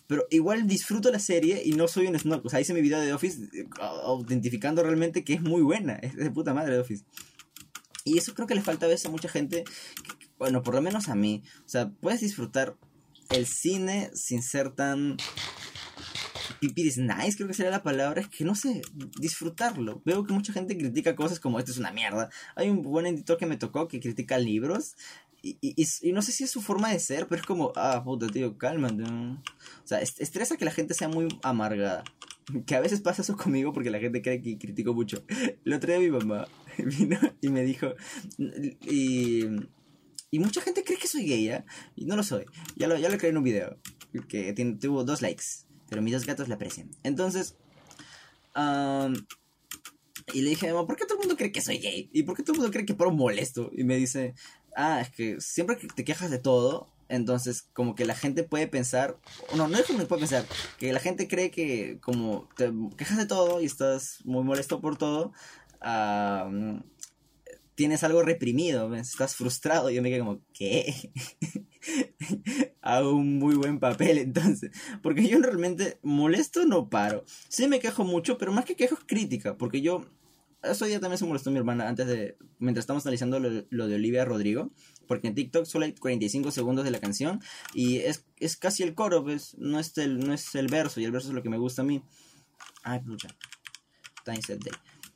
pero igual disfruto la serie y no soy un snob. O sea, hice mi video de The Office eh, autentificando realmente que es muy buena, es de puta madre The Office. Y eso creo que le falta a veces a mucha gente, que, bueno, por lo menos a mí. O sea, puedes disfrutar el cine sin ser tan... Pipiris nice, creo que sería la palabra. Es que no sé, disfrutarlo. Veo que mucha gente critica cosas como esto es una mierda. Hay un buen editor que me tocó que critica libros. Y, y, y, y no sé si es su forma de ser, pero es como, ah, puta, tío, cálmate. O sea, est- estresa que la gente sea muy amargada. Que a veces pasa eso conmigo porque la gente cree que critico mucho. El otro día mi mamá vino y me dijo... Y, y mucha gente cree que soy gay, ¿eh? Y no lo soy. Ya lo, ya lo creé en un video. Que tiene, tuvo dos likes. Pero mis dos gatos la aprecian. Entonces... Um, y le dije, mamá, ¿por qué todo el mundo cree que soy gay? ¿Y por qué todo el mundo cree que paro molesto? Y me dice, ah, es que siempre que te quejas de todo, entonces como que la gente puede pensar, no, no es como puede pensar, que la gente cree que como te quejas de todo y estás muy molesto por todo, uh, tienes algo reprimido, ¿ves? Estás frustrado. Y yo me quedé como, ¿qué? Hago un muy buen papel entonces, porque yo realmente molesto no paro. Sí me quejo mucho, pero más que quejo es crítica, porque yo, eso ya también se molestó mi hermana antes de, mientras estamos analizando lo, lo de Olivia Rodrigo, porque en TikTok solo hay cuarenta y cinco segundos de la canción y es, es casi el coro, ¿ves? No es el, no es el verso, y el verso es lo que me gusta a mí. Ay, pucha. Time's a day.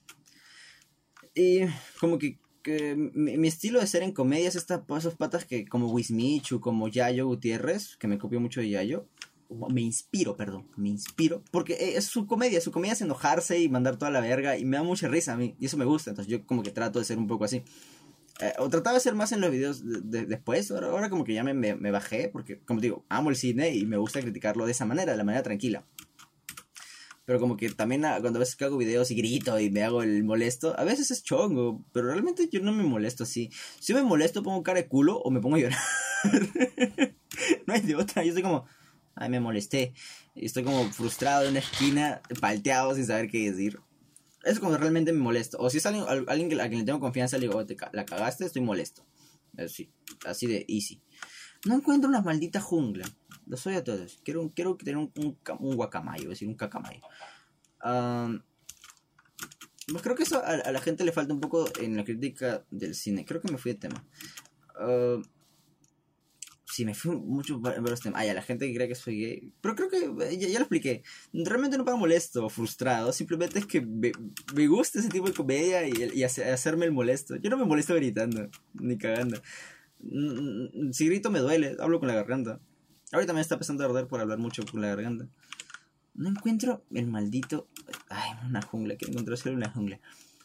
Y como que que mi, mi estilo de ser en comedia es esta, esos patas que como Wismichu, como Yayo Gutiérrez, que me copió mucho de Yayo. Me inspiro, perdón, me inspiro, porque es su comedia, su comedia es enojarse y mandar toda la verga, y me da mucha risa a mí, y eso me gusta, entonces yo como que trato de ser un poco así. Eh, o trataba de ser más en los videos de, de, después, ahora, ahora como que ya me, me, me bajé, porque como digo, amo el cine y me gusta criticarlo de esa manera, de la manera tranquila. Pero como que también a, cuando a veces que hago videos y grito y me hago el molesto, a veces es chongo, pero realmente yo no me molesto así. Si me molesto pongo cara de culo o me pongo a llorar. No hay de otra, yo estoy como, ay, me molesté. Y estoy como frustrado en una esquina, palteado sin saber qué decir. Eso es cuando realmente me molesto. O si es alguien, alguien a quien le tengo confianza, le digo, oh, te la cagaste, estoy molesto. Así, así de easy. No encuentro una maldita jungla. Lo soy a todos. Quiero, quiero tener un, un, un guacamayo, es decir, un cacamayo. Um, pues creo que eso a, a la gente le falta un poco en la crítica del cine. Creo que me fui de tema. Uh, sí, me fui mucho en varios temas. Ay, a la gente que cree que soy gay. Pero creo que ya, ya lo expliqué. Realmente no para molesto o frustrado. Simplemente es que me, me gusta ese tipo de comedia y, y hace, hacerme el molesto. Yo no me molesto gritando, ni cagando. Si grito me duele, hablo con la garganta. Ahorita me está empezando a arder por hablar mucho con la garganta. No encuentro el maldito... Ay, una jungla, quiero encontrar solo una jungla.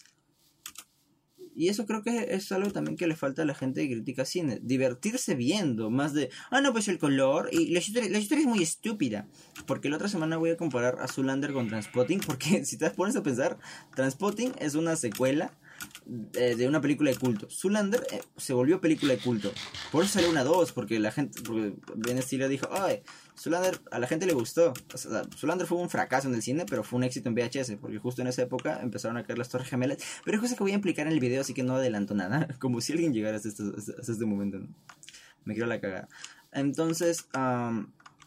Y eso creo que es algo también que le falta a la gente que critica cine. Divertirse viendo, más de... Ah, no, pues el color. Y la historia, la historia es muy estúpida. Porque la otra semana voy a comparar a Zoolander con Trainspotting. Porque si te pones a pensar, Trainspotting es una secuela de, de una película de culto. Zoolander eh, se volvió película de culto. Por eso salió una dos, porque la gente, porque Ben Stiller dijo, ay, Zoolander a la gente le gustó. O sea, Zoolander fue un fracaso en el cine, pero fue un éxito en V H S, porque justo en esa época empezaron a caer las Torres Gemelas. Pero es cosa que voy a implicar en el video, así que no adelanto nada. Como si alguien llegara hasta este, hasta este momento, ¿no? Me quiero la cagada. Entonces, um,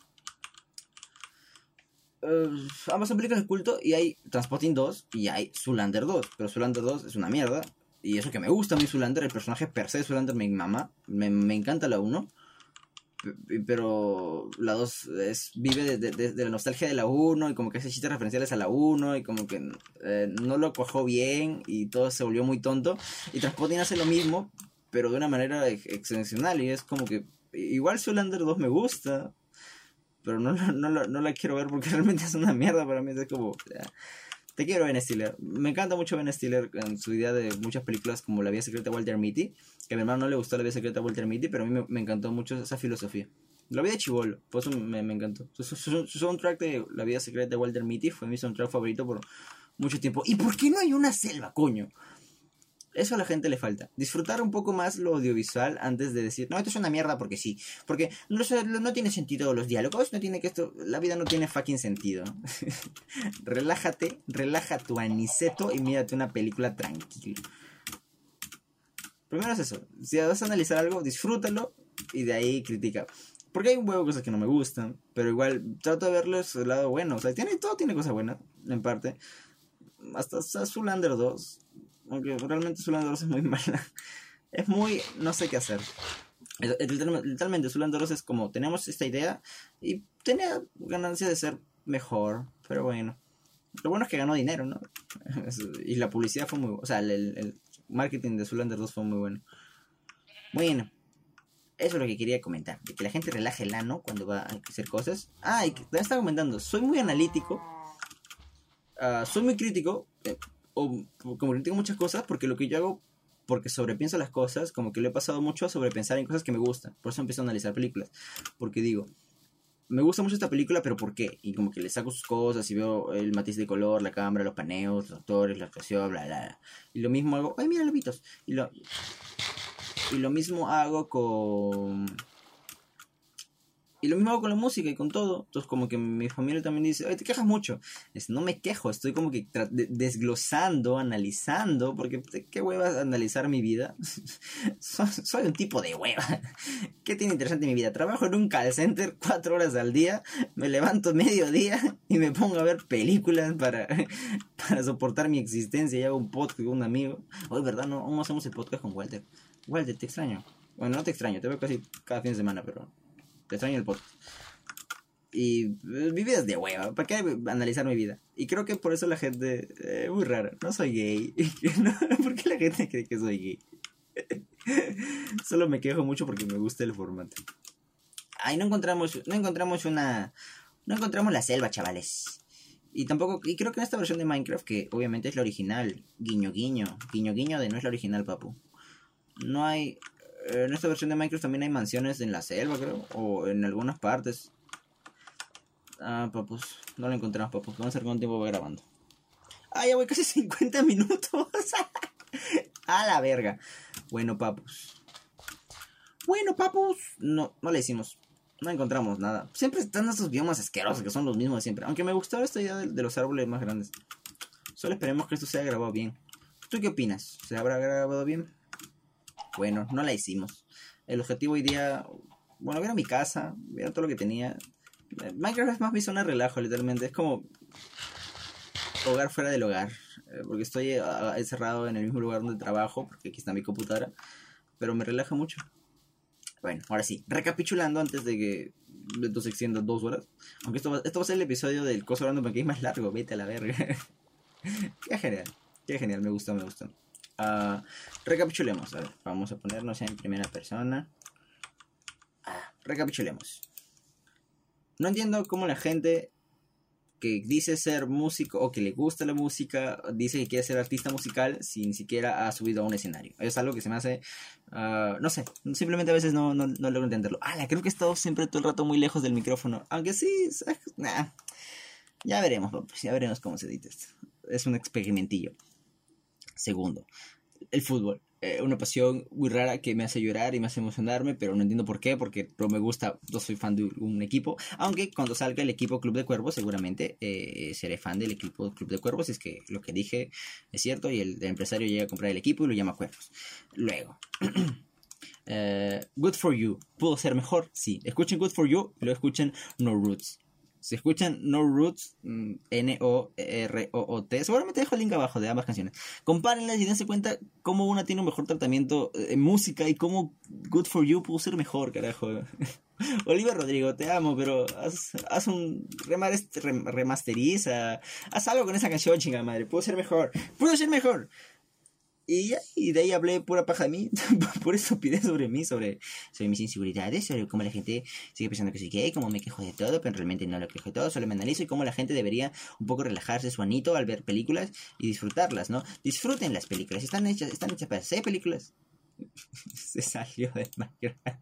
Uh, ambas son películas de culto y hay Trainspotting dos y hay Zoolander dos, pero Zoolander dos es una mierda y eso que me gusta a mí Zoolander, el personaje per se de Zoolander me mama, me, me encanta la uno, pero la dos es, vive de, de, de la nostalgia de la uno y como que hace chistes referenciales a la uno y como que eh, no lo cuajó bien y todo se volvió muy tonto, y Trainspotting hace lo mismo pero de una manera excepcional y es como que igual Zoolander dos me gusta, pero no, no, no, no la quiero ver porque realmente es una mierda para mí. Es como, ya. Te quiero Ben Stiller. Me encanta mucho Ben Stiller en su idea de muchas películas como La vida secreta de Walter Mitty, que a mi hermano no le gustó La vida secreta de Walter Mitty, pero a mí me, me encantó mucho esa filosofía. La vida de chibolo, por eso me, me encantó. Su, su, su, su soundtrack de La vida secreta de Walter Mitty fue mi soundtrack favorito por mucho tiempo. ¿Y por qué no hay una selva, coño? Eso a la gente le falta. Disfrutar un poco más lo audiovisual antes de decir, no, esto es una mierda porque sí. Porque no, no tiene sentido los diálogos, no tiene que esto... La vida no tiene fucking sentido. Relájate, relaja tu aniceto y mírate una película tranquilo. Primero es eso. Si vas a analizar algo, disfrútalo y de ahí critica. Porque hay un huevo de cosas que no me gustan, pero igual trato de verles el lado bueno. O sea, tiene, todo tiene cosas buenas, en parte. Hasta, hasta Zoolander dos, aunque realmente Zoolander dos es muy mala. Es muy, no sé qué hacer. Literalmente, literalmente Zoolander dos es como, tenemos esta idea y tenía ganancia de ser mejor, pero bueno. Lo bueno es que ganó dinero, ¿no? Y la publicidad fue muy buena. O sea, el, el marketing de Zoolander dos fue muy bueno. Bueno, eso es lo que quería comentar. De que la gente relaje el ano cuando va a hacer cosas. Ah, y que también estaba comentando. Soy muy analítico. Uh, soy muy crítico. Eh, o como critico muchas cosas. Porque lo que yo hago, porque sobrepienso las cosas, como que lo he pasado mucho a sobrepensar en cosas que me gustan. Por eso empiezo a analizar películas. Porque digo, me gusta mucho esta película, pero ¿por qué? Y como que le saco sus cosas y veo el matiz de color, la cámara, los paneos, los actores, la actuación, bla, bla, bla. Y lo mismo hago... ¡Ay, mira, lobitos! Y lo, y lo mismo hago con... Y lo mismo hago con la música y con todo. Entonces como que mi familia también dice, ay, te quejas mucho. Es, no me quejo, estoy como que de desglosando, analizando, porque qué hueva analizar mi vida. soy, soy un tipo de hueva. ¿Qué tiene interesante mi vida? Trabajo en un call center cuatro horas al día, me levanto mediodía y me pongo a ver películas para, para soportar mi existencia y hago un podcast con un amigo. Hoy, ¿verdad? No, aún no hacemos el podcast con Walter. Walter, te extraño. Bueno, no te extraño, te veo casi cada fin de semana, pero... te extraño el podcast. Y mi vida es de hueva. ¿Para qué analizar mi vida? Y creo que por eso la gente... Es eh, muy rara. No soy gay. ¿Por qué la gente cree que soy gay? Solo me quejo mucho porque me gusta el formato. Ay, no encontramos... No encontramos una... No encontramos la selva, chavales. Y tampoco... Y creo que en esta versión de Minecraft, que obviamente es la original. Guiño, guiño. Guiño, guiño de no es la original, papu. No hay... En esta versión de Minecraft también hay mansiones en la selva, creo. O en algunas partes. Ah, papus. No lo encontramos, papus. Vamos a ver cuánto tiempo voy grabando. Ah, ya voy casi cincuenta minutos. A la verga. Bueno, papus. Bueno, papus. No, no le hicimos. No encontramos nada. Siempre están esos biomas asquerosos que son los mismos de siempre. Aunque me gustó esta idea de, de los árboles más grandes. Solo esperemos que esto se haya grabado bien. ¿Tú qué opinas? ¿Se habrá grabado bien? Bueno, no la hicimos. El objetivo hoy día... Bueno, ver a mi casa, ver todo lo que tenía. Minecraft es más mi zona de relajo, literalmente. Es como... hogar fuera del hogar. Porque estoy encerrado en el mismo lugar donde trabajo, porque aquí está mi computadora. Pero me relaja mucho. Bueno, ahora sí. Recapitulando antes de que esto se extienda dos horas. Aunque esto va, esto va a ser el episodio del coso hablando porque es más largo. Vete a la verga. Qué genial. Qué genial. Me gustó, me gustó. Uh, recapitulemos, a ver, vamos a ponernos en primera persona. Ah, recapitulemos. No entiendo cómo la gente que dice ser músico o que le gusta la música dice que quiere ser artista musical si ni siquiera ha subido a un escenario. Es algo que se me hace, uh, no sé, simplemente a veces no, no, no logro entenderlo. Ah, creo que he estado siempre todo el rato muy lejos del micrófono, aunque sí, nah, ya veremos, pues, ya veremos cómo se edita esto. Es un experimentillo. Segundo, el fútbol. Eh, una pasión muy rara que me hace llorar y me hace emocionarme, pero no entiendo por qué, porque no me gusta, no soy fan de un equipo, aunque cuando salga el equipo Club de Cuervos seguramente eh, seré fan del equipo Club de Cuervos, si es que lo que dije es cierto y el, el empresario llega a comprar el equipo y lo llama Cuervos. Luego, uh, Good For You, ¿pudo ser mejor? Sí, escuchen Good For You y luego escuchen No Roots. Si escuchan No Roots, N O R O O T, seguramente dejo el link abajo de ambas canciones. Compárenlas y dense cuenta cómo una tiene un mejor tratamiento en música y cómo Good For You pudo ser mejor, carajo. Oliver Rodrigo, te amo, pero haz, haz un remasteriza, haz algo con esa canción, chingada madre. Pudo ser mejor, pudo ser mejor. Y, y de ahí hablé pura paja de mí, por estupidez sobre mí, sobre, sobre mis inseguridades, sobre cómo la gente sigue pensando que soy gay, cómo me quejo de todo, pero realmente no lo quejo de todo, solo me analizo y cómo la gente debería un poco relajarse su anito al ver películas y disfrutarlas, ¿no? Disfruten las películas, están hechas, están hechas para hacer películas. Se salió de Minecraft.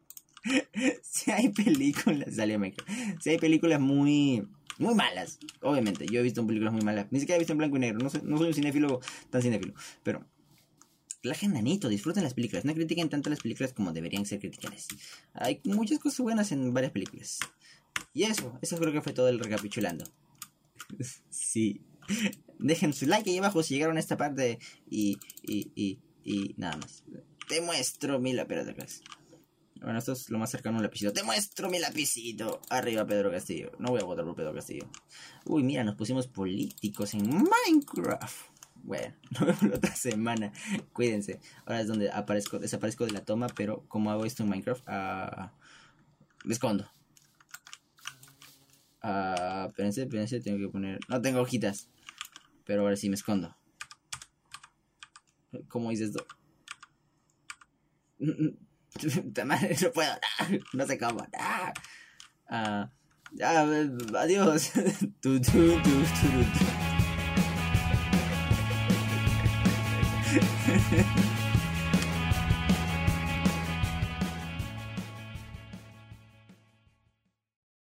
Si hay películas, salió de Minecraft. Si hay películas muy... muy malas, obviamente. Yo he visto películas muy malas. Ni siquiera he visto en blanco y negro. No soy, no soy un cinéfilo tan cinéfilo. Pero, relajen nanito, disfruten las películas. No critiquen tanto las películas como deberían ser criticadas. Hay muchas cosas buenas en varias películas. Y eso, eso creo que fue todo el recapitulando. Sí. Dejen su like ahí abajo si llegaron a esta parte. Y, y, y, y nada más. Te muestro, mira, espérate acá. Bueno, esto es lo más cercano a un lapicito. ¡Te muestro mi lapicito! Arriba Pedro Castillo. No voy a votar por Pedro Castillo. Uy, mira, nos pusimos políticos en Minecraft. Bueno, nos vemos la otra semana. Cuídense. Ahora es donde aparezco, desaparezco de la toma, pero ¿cómo hago esto en Minecraft? Uh, me escondo. Uh, espérense, espérense, tengo que poner... No tengo hojitas. Pero ahora sí me escondo. ¿Cómo hice esto? No puedo. No se cómo. Ah, ah, adiós. Tu, tu, tu, tu, tu.